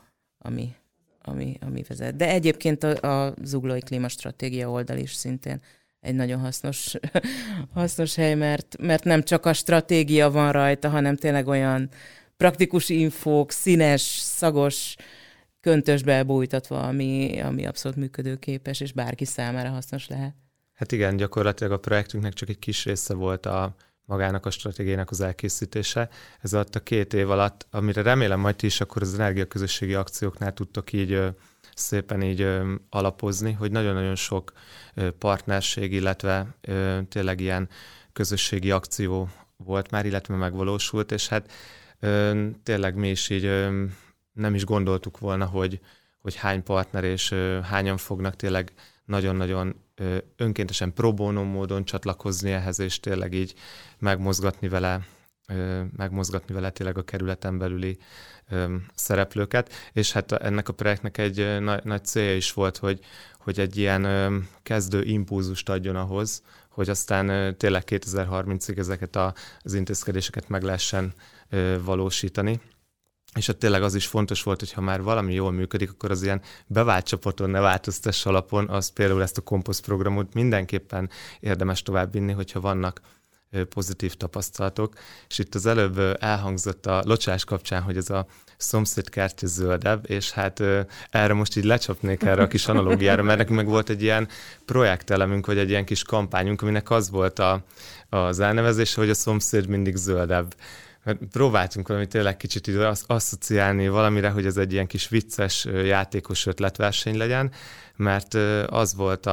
ami vezet. De egyébként a Zuglói Klímastratégia oldal is szintén egy nagyon hasznos hely, mert nem csak a stratégia van rajta, hanem tényleg olyan praktikus infók, színes, szagos köntösbe bújtatva, ami abszolút működőképes, és bárki számára hasznos lehet. Hát igen, gyakorlatilag a projektünknek csak egy kis része volt magának a stratégiának az elkészítése. Ez alatt a 2 év alatt, amire remélem majd ti is akkor az energiaközösségi akcióknál tudtok így szépen így alapozni, hogy nagyon-nagyon sok partnerség, illetve tényleg ilyen közösségi akció volt már, illetve megvalósult, és hát tényleg mi is így nem is gondoltuk volna, hogy hány partner és hányan fognak tényleg nagyon-nagyon önkéntesen pro bono módon csatlakozni ehhez, és tényleg így megmozgatni vele tényleg a kerületen belüli szereplőket, és hát ennek a projektnek egy nagy célja is volt, hogy egy ilyen kezdő impulzust adjon ahhoz, hogy aztán tényleg 2030-ig ezeket az intézkedéseket meg lehessen valósítani. És hát tényleg az is fontos volt, hogy ha már valami jól működik, akkor az ilyen bevált csapaton ne változtass alapon, az például ezt a komposzt programot mindenképpen érdemes továbbvinni, hogyha vannak pozitív tapasztalatok. És itt az előbb elhangzott a locsás kapcsán, hogy ez a szomszédkertje zöldebb, és hát erre most így lecsapnék erre a kis analógiára, mert nekünk meg volt egy ilyen projektelemünk, vagy egy ilyen kis kampányunk, aminek az volt az elnevezése, hogy a szomszéd mindig zöldebb. Mert próbáltunk valami tényleg kicsit asszociálni valamire, hogy ez egy ilyen kis vicces, játékos ötletverseny legyen, mert az volt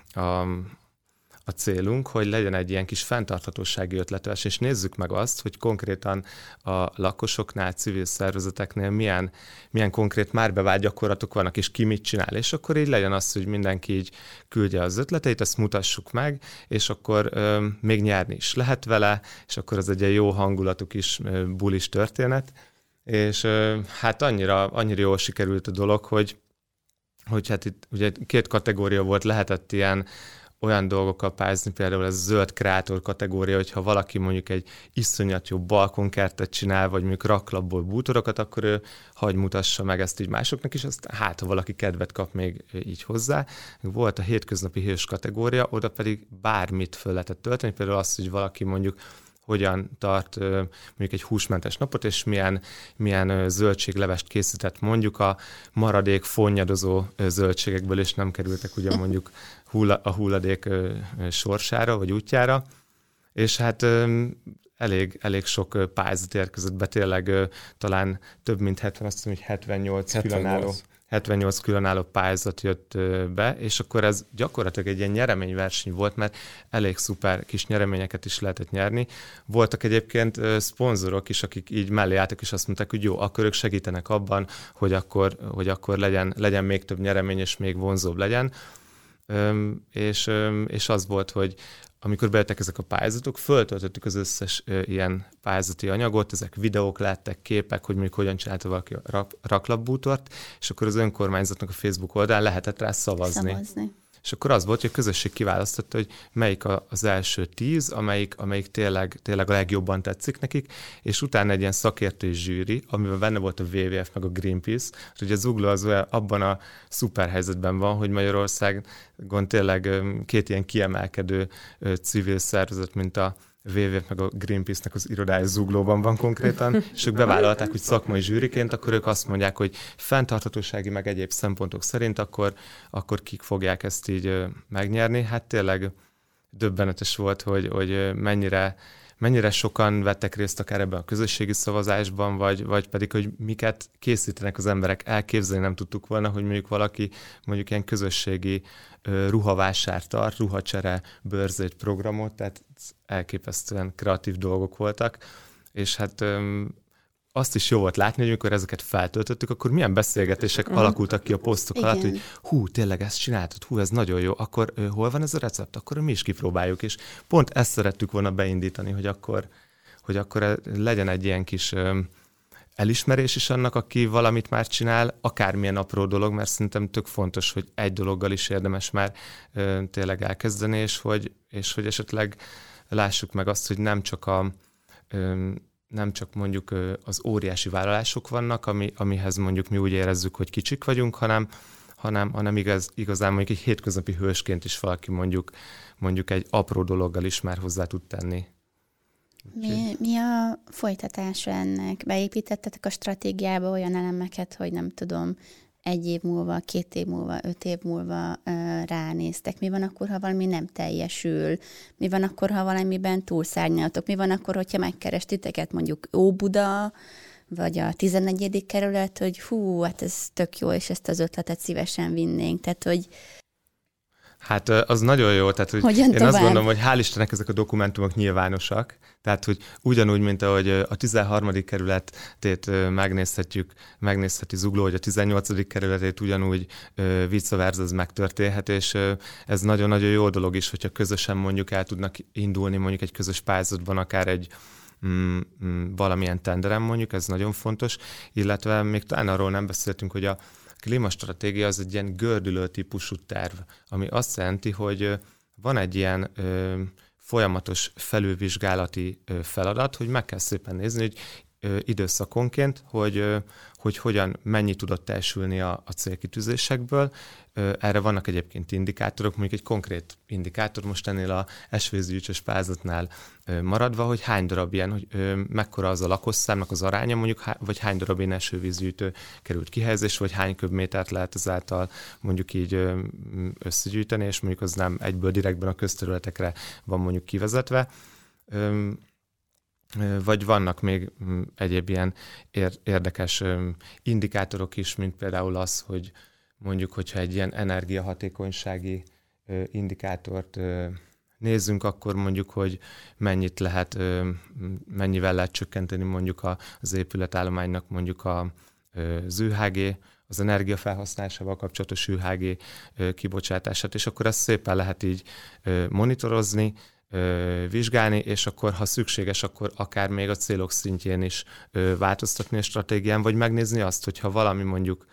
a célunk, hogy legyen egy ilyen kis fenntarthatósági ötletverseny, és nézzük meg azt, hogy konkrétan a lakosoknál, civil szervezeteknél milyen konkrét már bevált gyakorlatok vannak, és ki mit csinál, és akkor így legyen az, hogy mindenki így küldje az ötleteit, ezt mutassuk meg, és akkor még nyerni is lehet vele, és akkor ez egy ilyen jó hangulatú kis bulis történet, és hát annyira jól sikerült a dolog, hogy hát itt ugye 2 kategória volt, lehetett olyan dolgokkal pályázni, például ez a zöld kreátor kategória, hogyha valaki mondjuk egy iszonyat jó balkonkertet csinál, vagy mondjuk raklapból bútorokat, akkor ő hagy mutassa meg ezt így másoknak is, azt hát, ha valaki kedvet kap még így hozzá. Volt a hétköznapi hős kategória, oda pedig bármit föl lehetett tölteni, például azt, hogy valaki mondjuk hogyan tart mondjuk egy húsmentes napot, és milyen zöldséglevest készített mondjuk a maradék fonnyadozó zöldségekből, és nem kerültek ugye mondjuk a hulladék sorsára, vagy útjára. És hát elég sok pályázat érkezett be, tényleg talán több mint 70, azt hiszem, hogy 78 különálló pályázat jött be, és akkor ez gyakorlatilag egy ilyen nyereményverseny volt, mert elég szuper kis nyereményeket is lehetett nyerni. Voltak egyébként szponzorok is, akik így mellé álltak, és azt mondták, hogy jó, akkor ők segítenek abban, hogy akkor legyen még több nyeremény, és még vonzóbb legyen. És az volt, hogy amikor bejöttek ezek a pályázatok, föltöltöttük az összes ilyen pályázati anyagot, ezek videók lettek, képek, hogy mondjuk hogyan csinálta valaki a raklapbútort, és akkor az önkormányzatnak a Facebook oldalán lehetett rá szavazni. És akkor az volt, hogy a közösség kiválasztotta, hogy melyik az első 10, amelyik tényleg a legjobban tetszik nekik, és utána egy ilyen szakértői zsűri, amiben benne volt a WWF meg a Greenpeace, hogy az Zugló az abban a szuper helyzetben van, hogy Magyarországon tényleg 2 ilyen kiemelkedő civil szervezet, mint a WWF meg a Greenpeace-nek az irodája Zuglóban van konkrétan, és ők bevállalták, hogy szakmai zsűriként, akkor ők azt mondják, hogy fenntarthatósági meg egyéb szempontok szerint akkor kik fogják ezt így megnyerni. Hát tényleg döbbenetes volt, hogy mennyire sokan vettek részt akár ebben a közösségi szavazásban, vagy pedig, hogy miket készítenek az emberek. Elképzelni nem tudtuk volna, hogy mondjuk valaki mondjuk ilyen közösségi ruhavásárt tart, ruhacsere, bőrzét programot, tehát elképesztően kreatív dolgok voltak, és hát azt is jó volt látni, hogy amikor ezeket feltöltöttük, akkor milyen beszélgetések alakultak ki a posztok alatt, hogy tényleg ezt csináltad, ez nagyon jó, akkor hol van ez a recept, akkor mi is kipróbáljuk, és pont ezt szerettük volna beindítani, hogy akkor legyen egy ilyen kis elismerés is annak, aki valamit már csinál, akármilyen apró dolog, mert szerintem tök fontos, hogy egy dologgal is érdemes már tényleg elkezdeni, és hogy esetleg lássuk meg azt, hogy nem csak mondjuk az óriási vállalások vannak, amihez mondjuk mi úgy érezzük, hogy kicsik vagyunk, hanem igazán mondjuk egy hétköznapi hősként is valaki mondjuk egy apró dologgal is már hozzá tud tenni. Mi a folytatása ennek? Beépítettetek a stratégiába olyan elemeket, hogy nem tudom, 1 év múlva, 2 év múlva, 5 év múlva ránéztek? Mi van akkor, ha valami nem teljesül? Mi van akkor, ha valamiben túlszárnyaltok? Mi van akkor, hogyha megkeres titeket mondjuk Óbuda, vagy a 14. kerület, hogy hú, hát ez tök jó, és ezt az ötletet szívesen vinnénk. Tehát, hogy Hát az nagyon jó, tehát hogy hogyan én tovább? azt gondolom, hogy hál' Istennek ezek a dokumentumok nyilvánosak, tehát hogy ugyanúgy, mint ahogy a 13. kerületét megnézheti Zugló, hogy a 18. kerületét ugyanúgy vice versa ez megtörténhet, és ez nagyon-nagyon jó dolog is, hogyha közösen mondjuk el tudnak indulni mondjuk egy közös pályázatban, akár egy valamilyen tenderen mondjuk, ez nagyon fontos, illetve még talán arról nem beszéltünk, hogy a klímastratégia az egy ilyen gördülő típusú terv, ami azt jelenti, hogy van egy ilyen folyamatos felülvizsgálati feladat, hogy meg kell szépen nézni, hogy időszakonként, hogy hogyan, mennyi tudott teljesülni a célkitűzésekből. Erre vannak egyébként indikátorok, mondjuk egy konkrét indikátor most ennél a esővízgyűjtős pályázatnál maradva, hogy hány darab ilyen, hogy mekkora az a lakosszámnak az aránya mondjuk, vagy hány darab ilyen esővízgyűjtő került kihelyezésre, vagy hány köbmétert lehet ezáltal mondjuk így összegyűjteni, és mondjuk az nem egyből direktben a közterületekre van mondjuk kivezetve. Vagy vannak még egyéb ilyen érdekes indikátorok is, mint például az, hogy mondjuk, hogyha egy ilyen energiahatékonysági indikátort nézzünk, akkor mondjuk, hogy mennyivel lehet csökkenteni mondjuk az épületállománynak mondjuk az ÜHG, az energiafelhasználásával kapcsolatos ÜHG kibocsátását, és akkor ezt szépen lehet így monitorozni, vizsgálni, és akkor, ha szükséges, akkor akár még a célok szintjén is változtatni a stratégián, vagy megnézni azt, hogyha valami mondjuk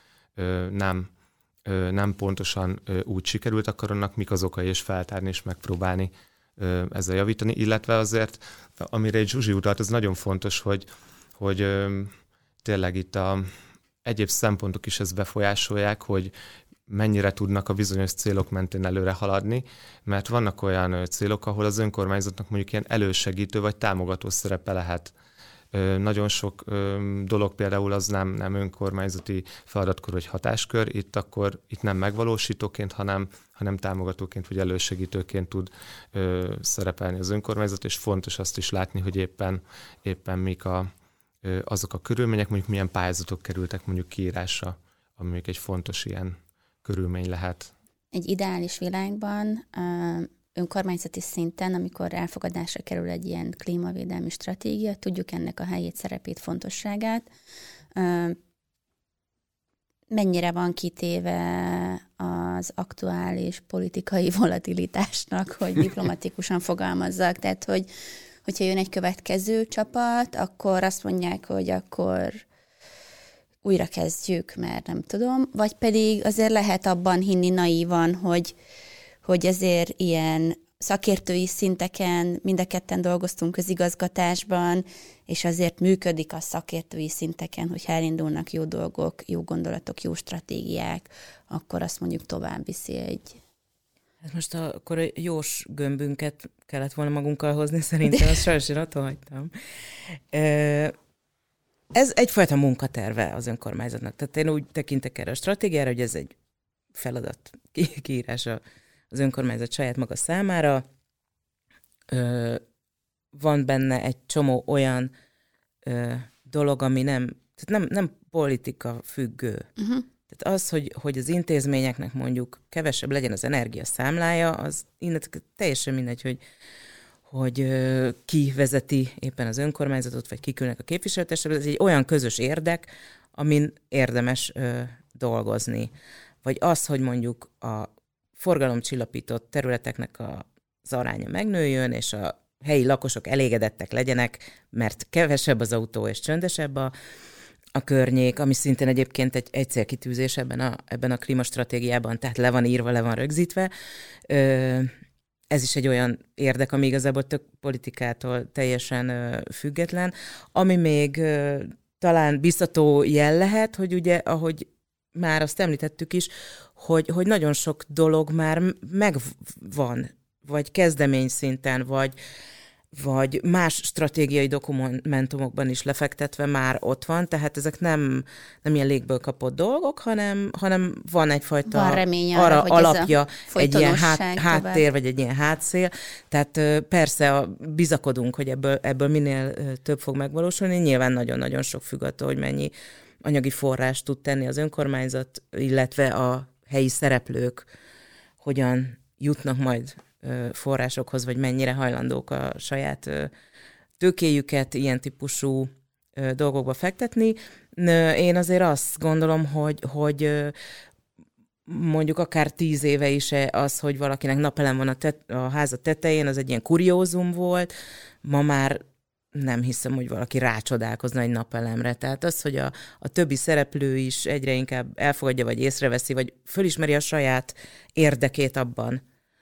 nem pontosan úgy sikerült, akkor annak mik az okai, és feltárni, és megpróbálni ezzel javítani, illetve azért, amire egy Zsuzsi utalt, az nagyon fontos, hogy tényleg itt egyéb szempontok is ezt befolyásolják, hogy mennyire tudnak a bizonyos célok mentén előre haladni, mert vannak olyan célok, ahol az önkormányzatnak mondjuk ilyen elősegítő vagy támogató szerepe lehet. Nagyon sok dolog például az nem önkormányzati feladatkor vagy hatáskör, itt nem megvalósítóként, hanem támogatóként vagy elősegítőként tud szerepelni az önkormányzat, és fontos azt is látni, hogy éppen mik azok a körülmények, mondjuk milyen pályázatok kerültek mondjuk kiírásra, ami még egy fontos ilyen körülmény lehet. Egy ideális világban önkormányzati szinten, amikor elfogadásra kerül egy ilyen klímavédelmi stratégia, tudjuk ennek a helyét, szerepét, fontosságát. Mennyire van kitéve az aktuális politikai volatilitásnak, hogy diplomatikusan fogalmazzak, tehát hogyha jön egy következő csapat, akkor azt mondják, hogy akkor újra kezdjük, mert nem tudom, vagy pedig azért lehet abban hinni naívan, hogy azért ilyen szakértői szinteken mind a ketten dolgoztunk közigazgatásban, és azért működik a szakértői szinteken, hogy elindulnak jó dolgok, jó gondolatok, jó stratégiák, akkor azt mondjuk tovább viszi egy... Hát most akkor a jós gömbünket kellett volna magunkkal hozni, szerintem azt sajnos én attól hagytam. Ez egyfajta munkaterve az önkormányzatnak. Tehát én úgy tekintek erre a stratégiára, hogy ez egy feladat kiírása az önkormányzat saját maga számára. Van benne egy csomó olyan dolog, ami nem politika függő. Uh-huh. Tehát az, hogy az intézményeknek mondjuk kevesebb legyen az energiaszámlája, az teljesen mindegy, hogy ki vezeti éppen az önkormányzatot, vagy kikülnek a képviselőtestületbe. Ez egy olyan közös érdek, amin érdemes dolgozni. Vagy az, hogy mondjuk a forgalomcsillapított területeknek az aránya megnőjön, és a helyi lakosok elégedettek legyenek, mert kevesebb az autó és csöndesebb a környék, ami szintén egyébként egy célkitűzés ebben a klímastratégiában, tehát le van írva, le van rögzítve. Ez is egy olyan érdek, ami igazából tök politikától teljesen független, ami még talán biztató jel lehet, hogy ugye, ahogy már azt említettük is, hogy nagyon sok dolog már megvan, vagy kezdemény szinten, vagy más stratégiai dokumentumokban is lefektetve már ott van, tehát ezek nem ilyen légből kapott dolgok, hanem van egyfajta van remény arra, hogy alapja, egy ilyen háttér, vagy egy ilyen hátszél. Tehát persze bizakodunk, hogy ebből minél több fog megvalósulni. Nyilván nagyon-nagyon sok függ attól, hogy mennyi anyagi forrást tud tenni az önkormányzat, illetve a helyi szereplők hogyan jutnak majd forrásokhoz, vagy mennyire hajlandók a saját tőkéjüket ilyen típusú dolgokba fektetni. Én azért azt gondolom, hogy mondjuk akár 10 éve is az, hogy valakinek napelem van a háza tetején, az egy ilyen kuriózum volt. Ma már nem hiszem, hogy valaki rácsodálkozna egy napelemre. Tehát az, hogy a többi szereplő is egyre inkább elfogadja, vagy észreveszi, vagy fölismeri a saját érdekét abban,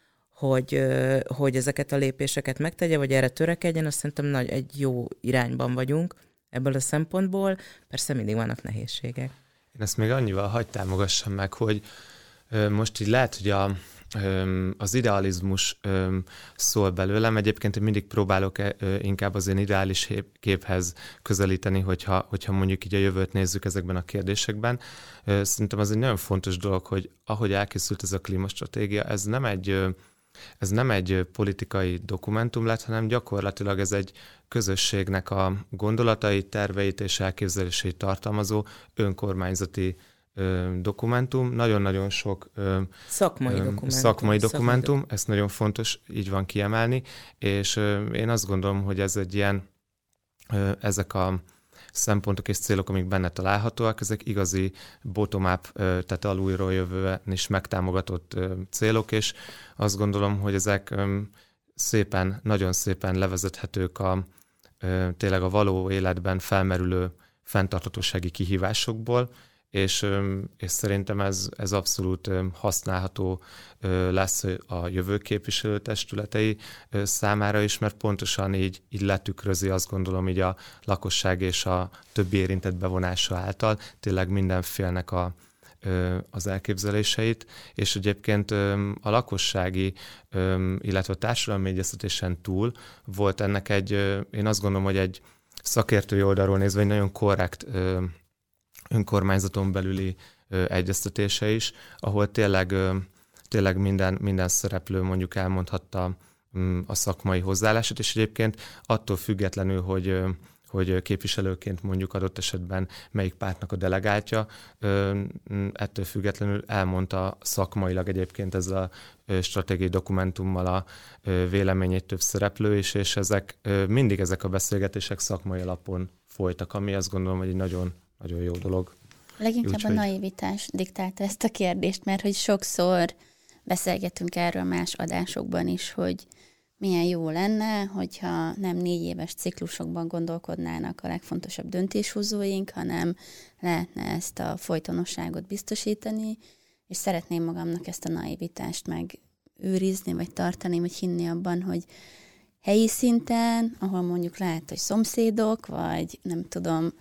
hogy ezeket a lépéseket megtegye, vagy erre törekedjen, azt szerintem egy jó irányban vagyunk ebből a szempontból. Persze mindig vannak nehézségek. Én ezt még annyival hadd támogassam meg, hogy most így lehet, hogy az idealizmus szól belőlem. Egyébként én mindig próbálok inkább az én ideális képhez közelíteni, hogyha mondjuk így a jövőt nézzük ezekben a kérdésekben. Szerintem az egy nagyon fontos dolog, hogy ahogy elkészült ez a klímastratégia, ez nem egy politikai dokumentum lett, hanem gyakorlatilag ez egy közösségnek a gondolatait, terveit és elképzeléseit tartalmazó önkormányzati dokumentum. Nagyon-nagyon sok szakmai dokumentum, ezt nagyon fontos így van kiemelni, és én azt gondolom, hogy ez egy ilyen, ezek a szempontok és célok, amik benne találhatóak, ezek igazi bottom-up, tehát alulról jövően is megtámogatott célok, és azt gondolom, hogy ezek nagyon szépen levezethetők tényleg a való életben felmerülő fenntarthatósági kihívásokból, és szerintem ez abszolút használható lesz a jövő képviselőtestületei számára is, mert pontosan így letükrözi, azt gondolom, így a lakosság és a többi érintett bevonása által tényleg mindenfélnek az elképzeléseit, és egyébként a lakossági, illetve a társadalmi egyeztetésen túl volt ennek én azt gondolom, hogy egy szakértői oldalról nézve egy nagyon korrekt önkormányzaton belüli egyeztetése is, ahol tényleg minden szereplő mondjuk elmondhatta a szakmai hozzáállását, és egyébként attól függetlenül, hogy képviselőként mondjuk adott esetben melyik pártnak a delegáltja, ettől függetlenül elmondta szakmailag egyébként ezzel a stratégiai dokumentummal a véleményét több szereplő is, és mindig ezek a beszélgetések szakmai alapon folytak, ami azt gondolom, hogy egy nagyon jó dolog. Leginkább a naivitás diktálta ezt a kérdést, mert hogy sokszor beszélgetünk erről más adásokban is, hogy milyen jó lenne, hogyha nem 4 éves ciklusokban gondolkodnának a legfontosabb döntéshozóink, hanem lehetne ezt a folytonosságot biztosítani, és szeretném magamnak ezt a naivitást megőrizni, vagy tartani, vagy hinni abban, hogy helyi szinten, ahol mondjuk lehet, hogy szomszédok, vagy nem tudom,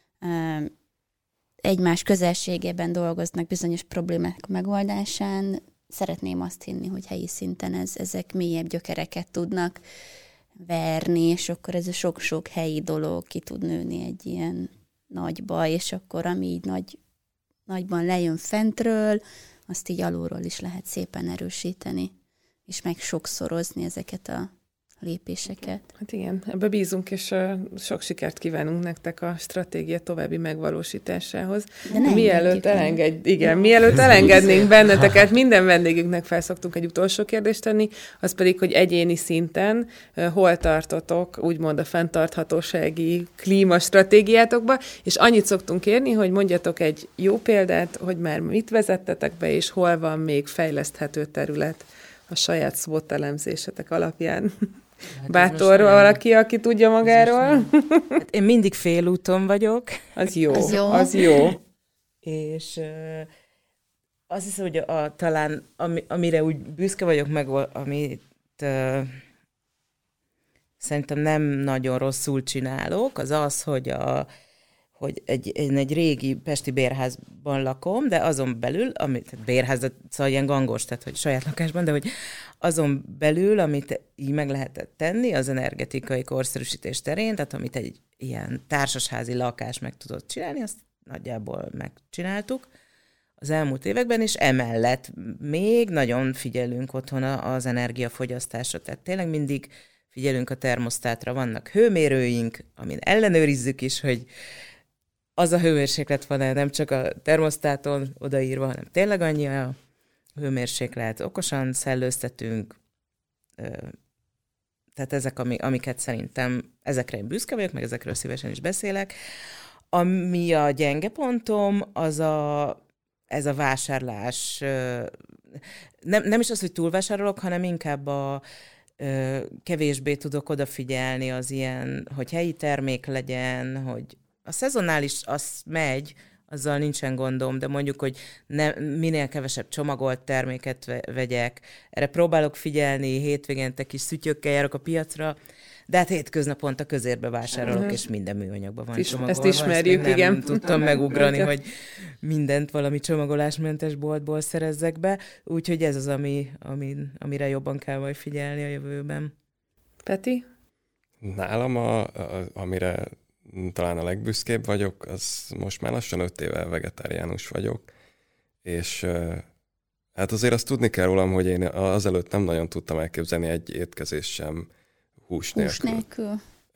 egymás közelségében dolgoznak bizonyos problémák megoldásán, szeretném azt hinni, hogy helyi szinten ezek mélyebb gyökereket tudnak verni, és akkor ez a sok-sok helyi dolog ki tud nőni egy ilyen nagyba, és akkor ami így nagyban lejön fentről, azt így alulról is lehet szépen erősíteni, és meg sokszorozni ezeket a lépéseket. Hát igen, ebbe bízunk, és sok sikert kívánunk nektek a stratégia további megvalósításához. Mielőtt elengednénk benneteket, minden vendégünknek felszoktunk egy utolsó kérdést tenni, az pedig, hogy egyéni szinten hol tartotok, úgymond a fenntarthatósági klímastratégiátokba, és annyit szoktunk kérni, hogy mondjatok egy jó példát, hogy már mit vezettetek be, és hol van még fejleszthető terület a saját SWOT elemzésetek alapján. Bátor valaki, aki tudja magáról? Hát én mindig félúton vagyok. Az jó. És azt hiszem, hogy talán amire úgy büszke vagyok meg, amit szerintem nem nagyon rosszul csinálok, az az, hogy én egy régi pesti bérházban lakom, de azon belül, tehát bérház, szóval ilyen gangos, tehát hogy saját lakásban, de hogy azon belül, amit így meg lehetett tenni az energetikai korszerűsítés terén, tehát amit egy ilyen társasházi lakás meg tudott csinálni, azt nagyjából megcsináltuk az elmúlt években, és emellett még nagyon figyelünk otthon az energiafogyasztásra, tehát tényleg mindig figyelünk a termosztátra, vannak hőmérőink, amin ellenőrizzük is, hogy az a hőmérséklet van-e, nem csak a termosztáton odaírva, hanem tényleg annyi a hőmérséklet, okosan szellőztetünk, tehát ezek, amiket szerintem, ezekre én büszke vagyok, meg ezekről szívesen is beszélek. Ami a gyenge pontom, ez a vásárlás, nem is az, hogy túlvásárolok, hanem inkább kevésbé tudok odafigyelni az ilyen, hogy helyi termék legyen, hogy a szezonális az megy, azzal nincsen gondom, de mondjuk, hogy minél kevesebb csomagolt terméket vegyek. Erre próbálok figyelni, hétvégente kis szütyökkel járok a piacra, de hát hétköznaponta közérbe vásárolok, és minden műanyagban van csomagolva. Ezt ismerjük, igen. Nem tudtam megugrani, hogy mindent valami csomagolásmentes boltból szerezzek be, úgyhogy ez az, amire jobban kell majd figyelni a jövőben. Peti? Nálam, amire talán a legbüszkébb vagyok, az most már lassan 5 éve vegetáriánus vagyok, és hát azért azt tudni kell rólam, hogy én azelőtt nem nagyon tudtam elképzelni egy étkezést sem hús nélkül.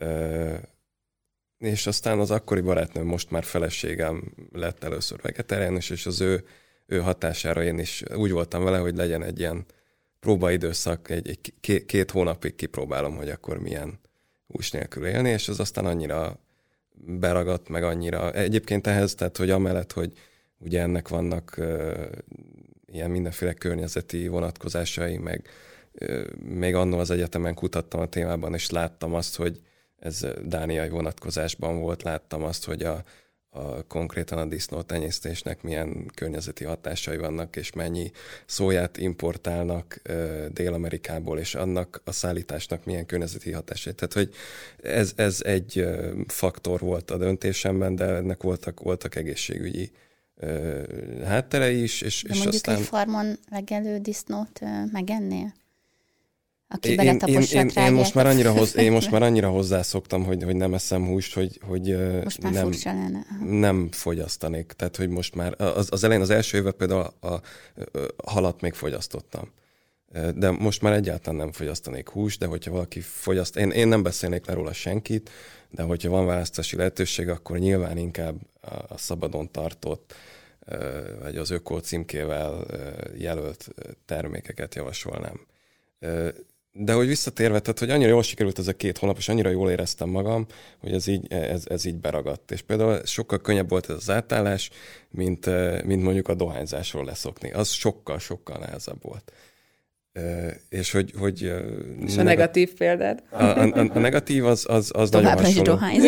És aztán az akkori barátnőm, most már feleségem lett először vegetáriánus, és az ő hatására én is úgy voltam vele, hogy legyen egy ilyen próbaidőszak, egy 2 hónapig kipróbálom, hogy akkor milyen hús nélkül élni, és az aztán annyira beragadt, meg annyira. Egyébként ehhez, tehát, hogy amellett, hogy ugye ennek vannak ilyen mindenféle környezeti vonatkozásai, meg még annól az egyetemen kutattam a témában, és láttam azt, hogy ez dániai vonatkozásban volt, láttam azt, hogy konkrétan a disznótenyésztésnek milyen környezeti hatásai vannak, és mennyi szóját importálnak Dél-Amerikából, és annak a szállításnak milyen környezeti hatásai. Tehát, hogy ez egy faktor volt a döntésemben, de ennek voltak egészségügyi hátterei is. És mondjuk aztán... egy farmon legelő disznót megennél? Aki beletapossa a trágyát. Én most már annyira hozzászoktam, hogy nem eszem húst, hogy most már nem fogyasztanék. Tehát, hogy most már az elején, az első évben például a halat még fogyasztottam. De most már egyáltalán nem fogyasztanék húst, de hogyha valaki fogyaszt, én nem beszélnék le róla senkit, de hogyha van választási lehetőség, akkor nyilván inkább a szabadon tartott, vagy az öko címkével jelölt termékeket javasolnám. De hogy visszatérve, tehát, hogy annyira jól sikerült ez a 2 hónap, és annyira jól éreztem magam, hogy ez így beragadt. És például sokkal könnyebb volt ez az átállás, mint mondjuk a dohányzásról leszokni. Az sokkal nehezebb volt. És hogy és a negatív példád? A negatív az nagyon hasonló. Is dohányzik.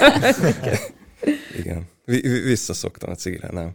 Igen. Visszaszoktam a cigire, nem.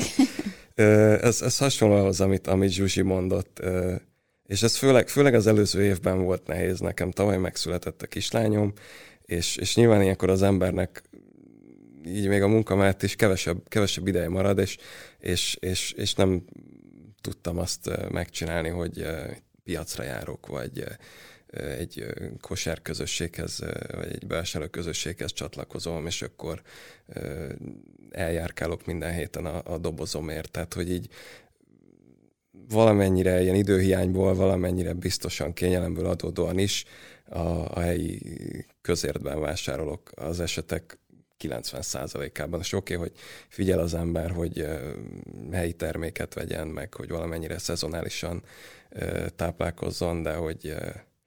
Ez hasonló ahhoz, amit Zsuzsi mondott. És ez főleg az előző évben volt nehéz nekem. Tavaly megszületett a kislányom, és nyilván ilyenkor az embernek így még a munka mellett is kevesebb ideje marad, és nem tudtam azt megcsinálni, hogy piacra járok, vagy egy kosárközösséghez, vagy egy bevásárlóközösséghez csatlakozom, és akkor eljárkálok minden héten a dobozomért. Tehát, hogy így valamennyire ilyen időhiányból, valamennyire biztosan kényelemből adódóan is a helyi közértben vásárolok az esetek 90%-ában. És oké, hogy figyel az ember, hogy helyi terméket vegyen, meg hogy valamennyire szezonálisan táplálkozzon, de hogy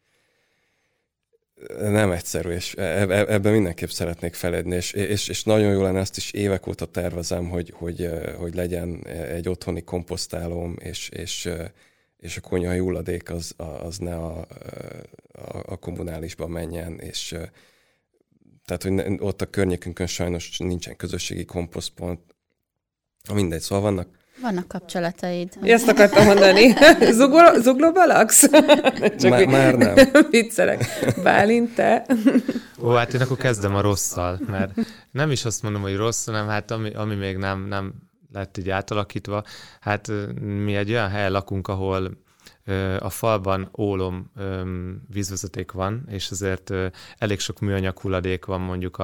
nem egyszerű, és ebben mindenképp szeretnék feledni, és nagyon jó lenne, ezt is évek óta tervezem, hogy legyen egy otthoni komposztálóm, és a konyhai hulladék az ne a kommunálisba menjen, és tehát, hogy ott a környékünkön sajnos nincsen közösségi komposztpont. Mindegy, szóval vannak Vannak kapcsolataid. Ezt akartam mondani. Zuglóba laksz? Már nem. Viccelek. Bálint, te? Ó, hát én akkor kezdem a rosszal, mert nem is azt mondom, hogy rossz, hanem hát ami még nem lett így átalakítva. Hát mi egy olyan helyen lakunk, ahol a falban ólom vízvezeték van, és ezért elég sok műanyag hulladék van mondjuk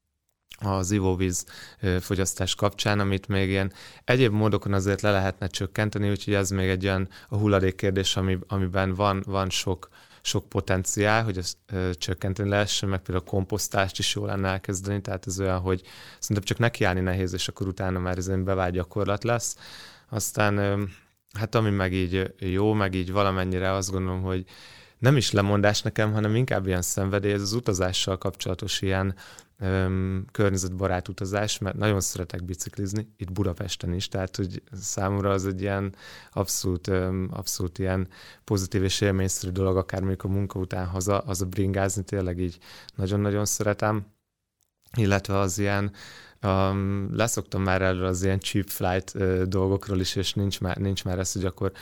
az ivóvíz fogyasztás kapcsán, amit még ilyen egyéb módokon azért le lehetne csökkenteni, úgyhogy ez még egy olyan a hulladék kérdés, amiben van sok potenciál, hogy ezt csökkenteni lehessen, meg például a komposztást is jól lenne elkezdeni, tehát ez olyan, hogy szerintem csak nekiállni nehéz, és akkor utána már ez egy bevált gyakorlat lesz. Aztán hát ami meg így jó, meg így valamennyire azt gondolom, hogy nem is lemondás nekem, hanem inkább ilyen szenvedély, ez az utazással kapcsolatos ilyen környezetbarát utazás, mert nagyon szeretek biciklizni, itt Budapesten is, tehát hogy számomra az egy ilyen abszolút ilyen pozitív és élményszerű dolog, akár mondjuk a munka után haza, az a bringázni, tényleg így nagyon-nagyon szeretem, illetve az ilyen leszoktam már erről az ilyen cheap flight dolgokról is, és nincs már ez, hogy akkor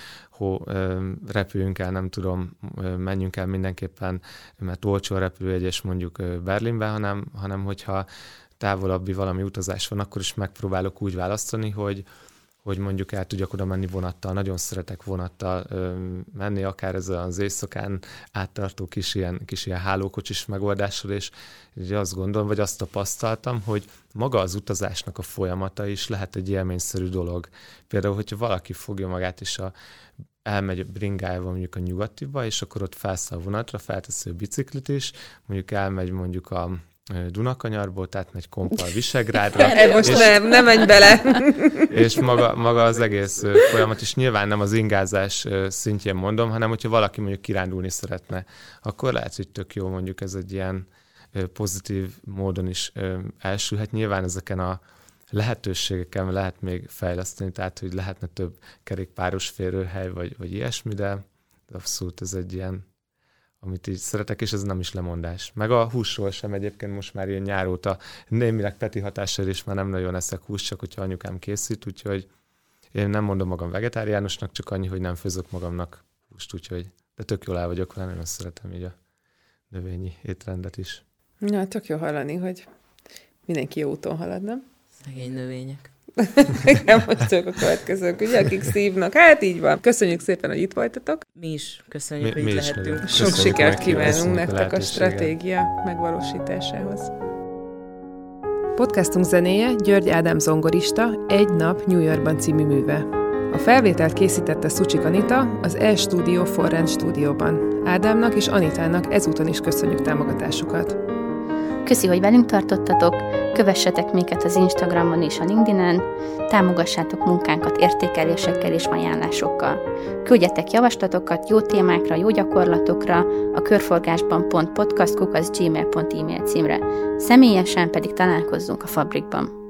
repüljünk el, nem tudom, menjünk el mindenképpen, mert olcsó a repülőjegy, és mondjuk Berlinbe, hanem hogyha távolabbi valami utazás van, akkor is megpróbálok úgy választani, hogy mondjuk el tudjak oda menni vonattal. Nagyon szeretek vonattal menni, akár ez az éjszakán áttartó kis ilyen hálókocsis megoldással, és ugye azt gondolom, vagy azt tapasztaltam, hogy maga az utazásnak a folyamata is lehet egy élményszerű dolog. Például, hogyha valaki fogja magát, és elmegy bringájával mondjuk a Nyugatiba, és akkor ott felszáll vonatra, felteszi a biciklit is, mondjuk elmegy mondjuk a Dunakanyarból, tehát megy Kompal Visegrádra. Most nem menj bele. És maga az egész folyamat is nyilván nem az ingázás szintjén mondom, hanem hogyha valaki mondjuk kirándulni szeretne, akkor lehet, hogy tök jó mondjuk ez egy ilyen pozitív módon is elsülhet. Nyilván ezeken a lehetőségeken lehet még fejleszteni, tehát hogy lehetne több kerékpáros férőhely, vagy ilyesmi, de abszolút ez egy ilyen, amit így szeretek, és ez nem is lemondás. Meg a húsról sem egyébként most már ilyen nyár óta némileg Peti hatással is már nem nagyon eszek húst, csak hogyha anyukám készít, úgyhogy én nem mondom magam vegetáriánusnak, csak annyi, hogy nem főzök magamnak húst, úgyhogy de tök jól el vagyok, mert nagyon szeretem így a növényi étrendet is. Na, tök jó hallani, hogy mindenki jó úton halad, nem? Szegény növények. Igen, most ők a következők, ugye, akik szívnak. Hát így van. Köszönjük szépen, hogy itt voltatok. Mi is köszönjük, hogy itt lehettünk. Sok sikert kívánunk nektek a stratégia megvalósításához. Podcastunk zenéje György Ádám zongorista Egy nap New Yorkban című műve. A felvételt készítette Szucsik Anita az E-Studio Forrend stúdióban. Ádámnak és Anitának ezúton is köszönjük támogatásukat. Köszi, hogy velünk tartottatok, kövessetek minket az Instagramon és a LinkedIn-en, támogassátok munkánkat értékelésekkel és ajánlásokkal. Küldjetek javaslatokat jó témákra, jó gyakorlatokra a körforgásban.podcast@gmail.e-mail címre. Személyesen pedig találkozzunk a Fabrikban.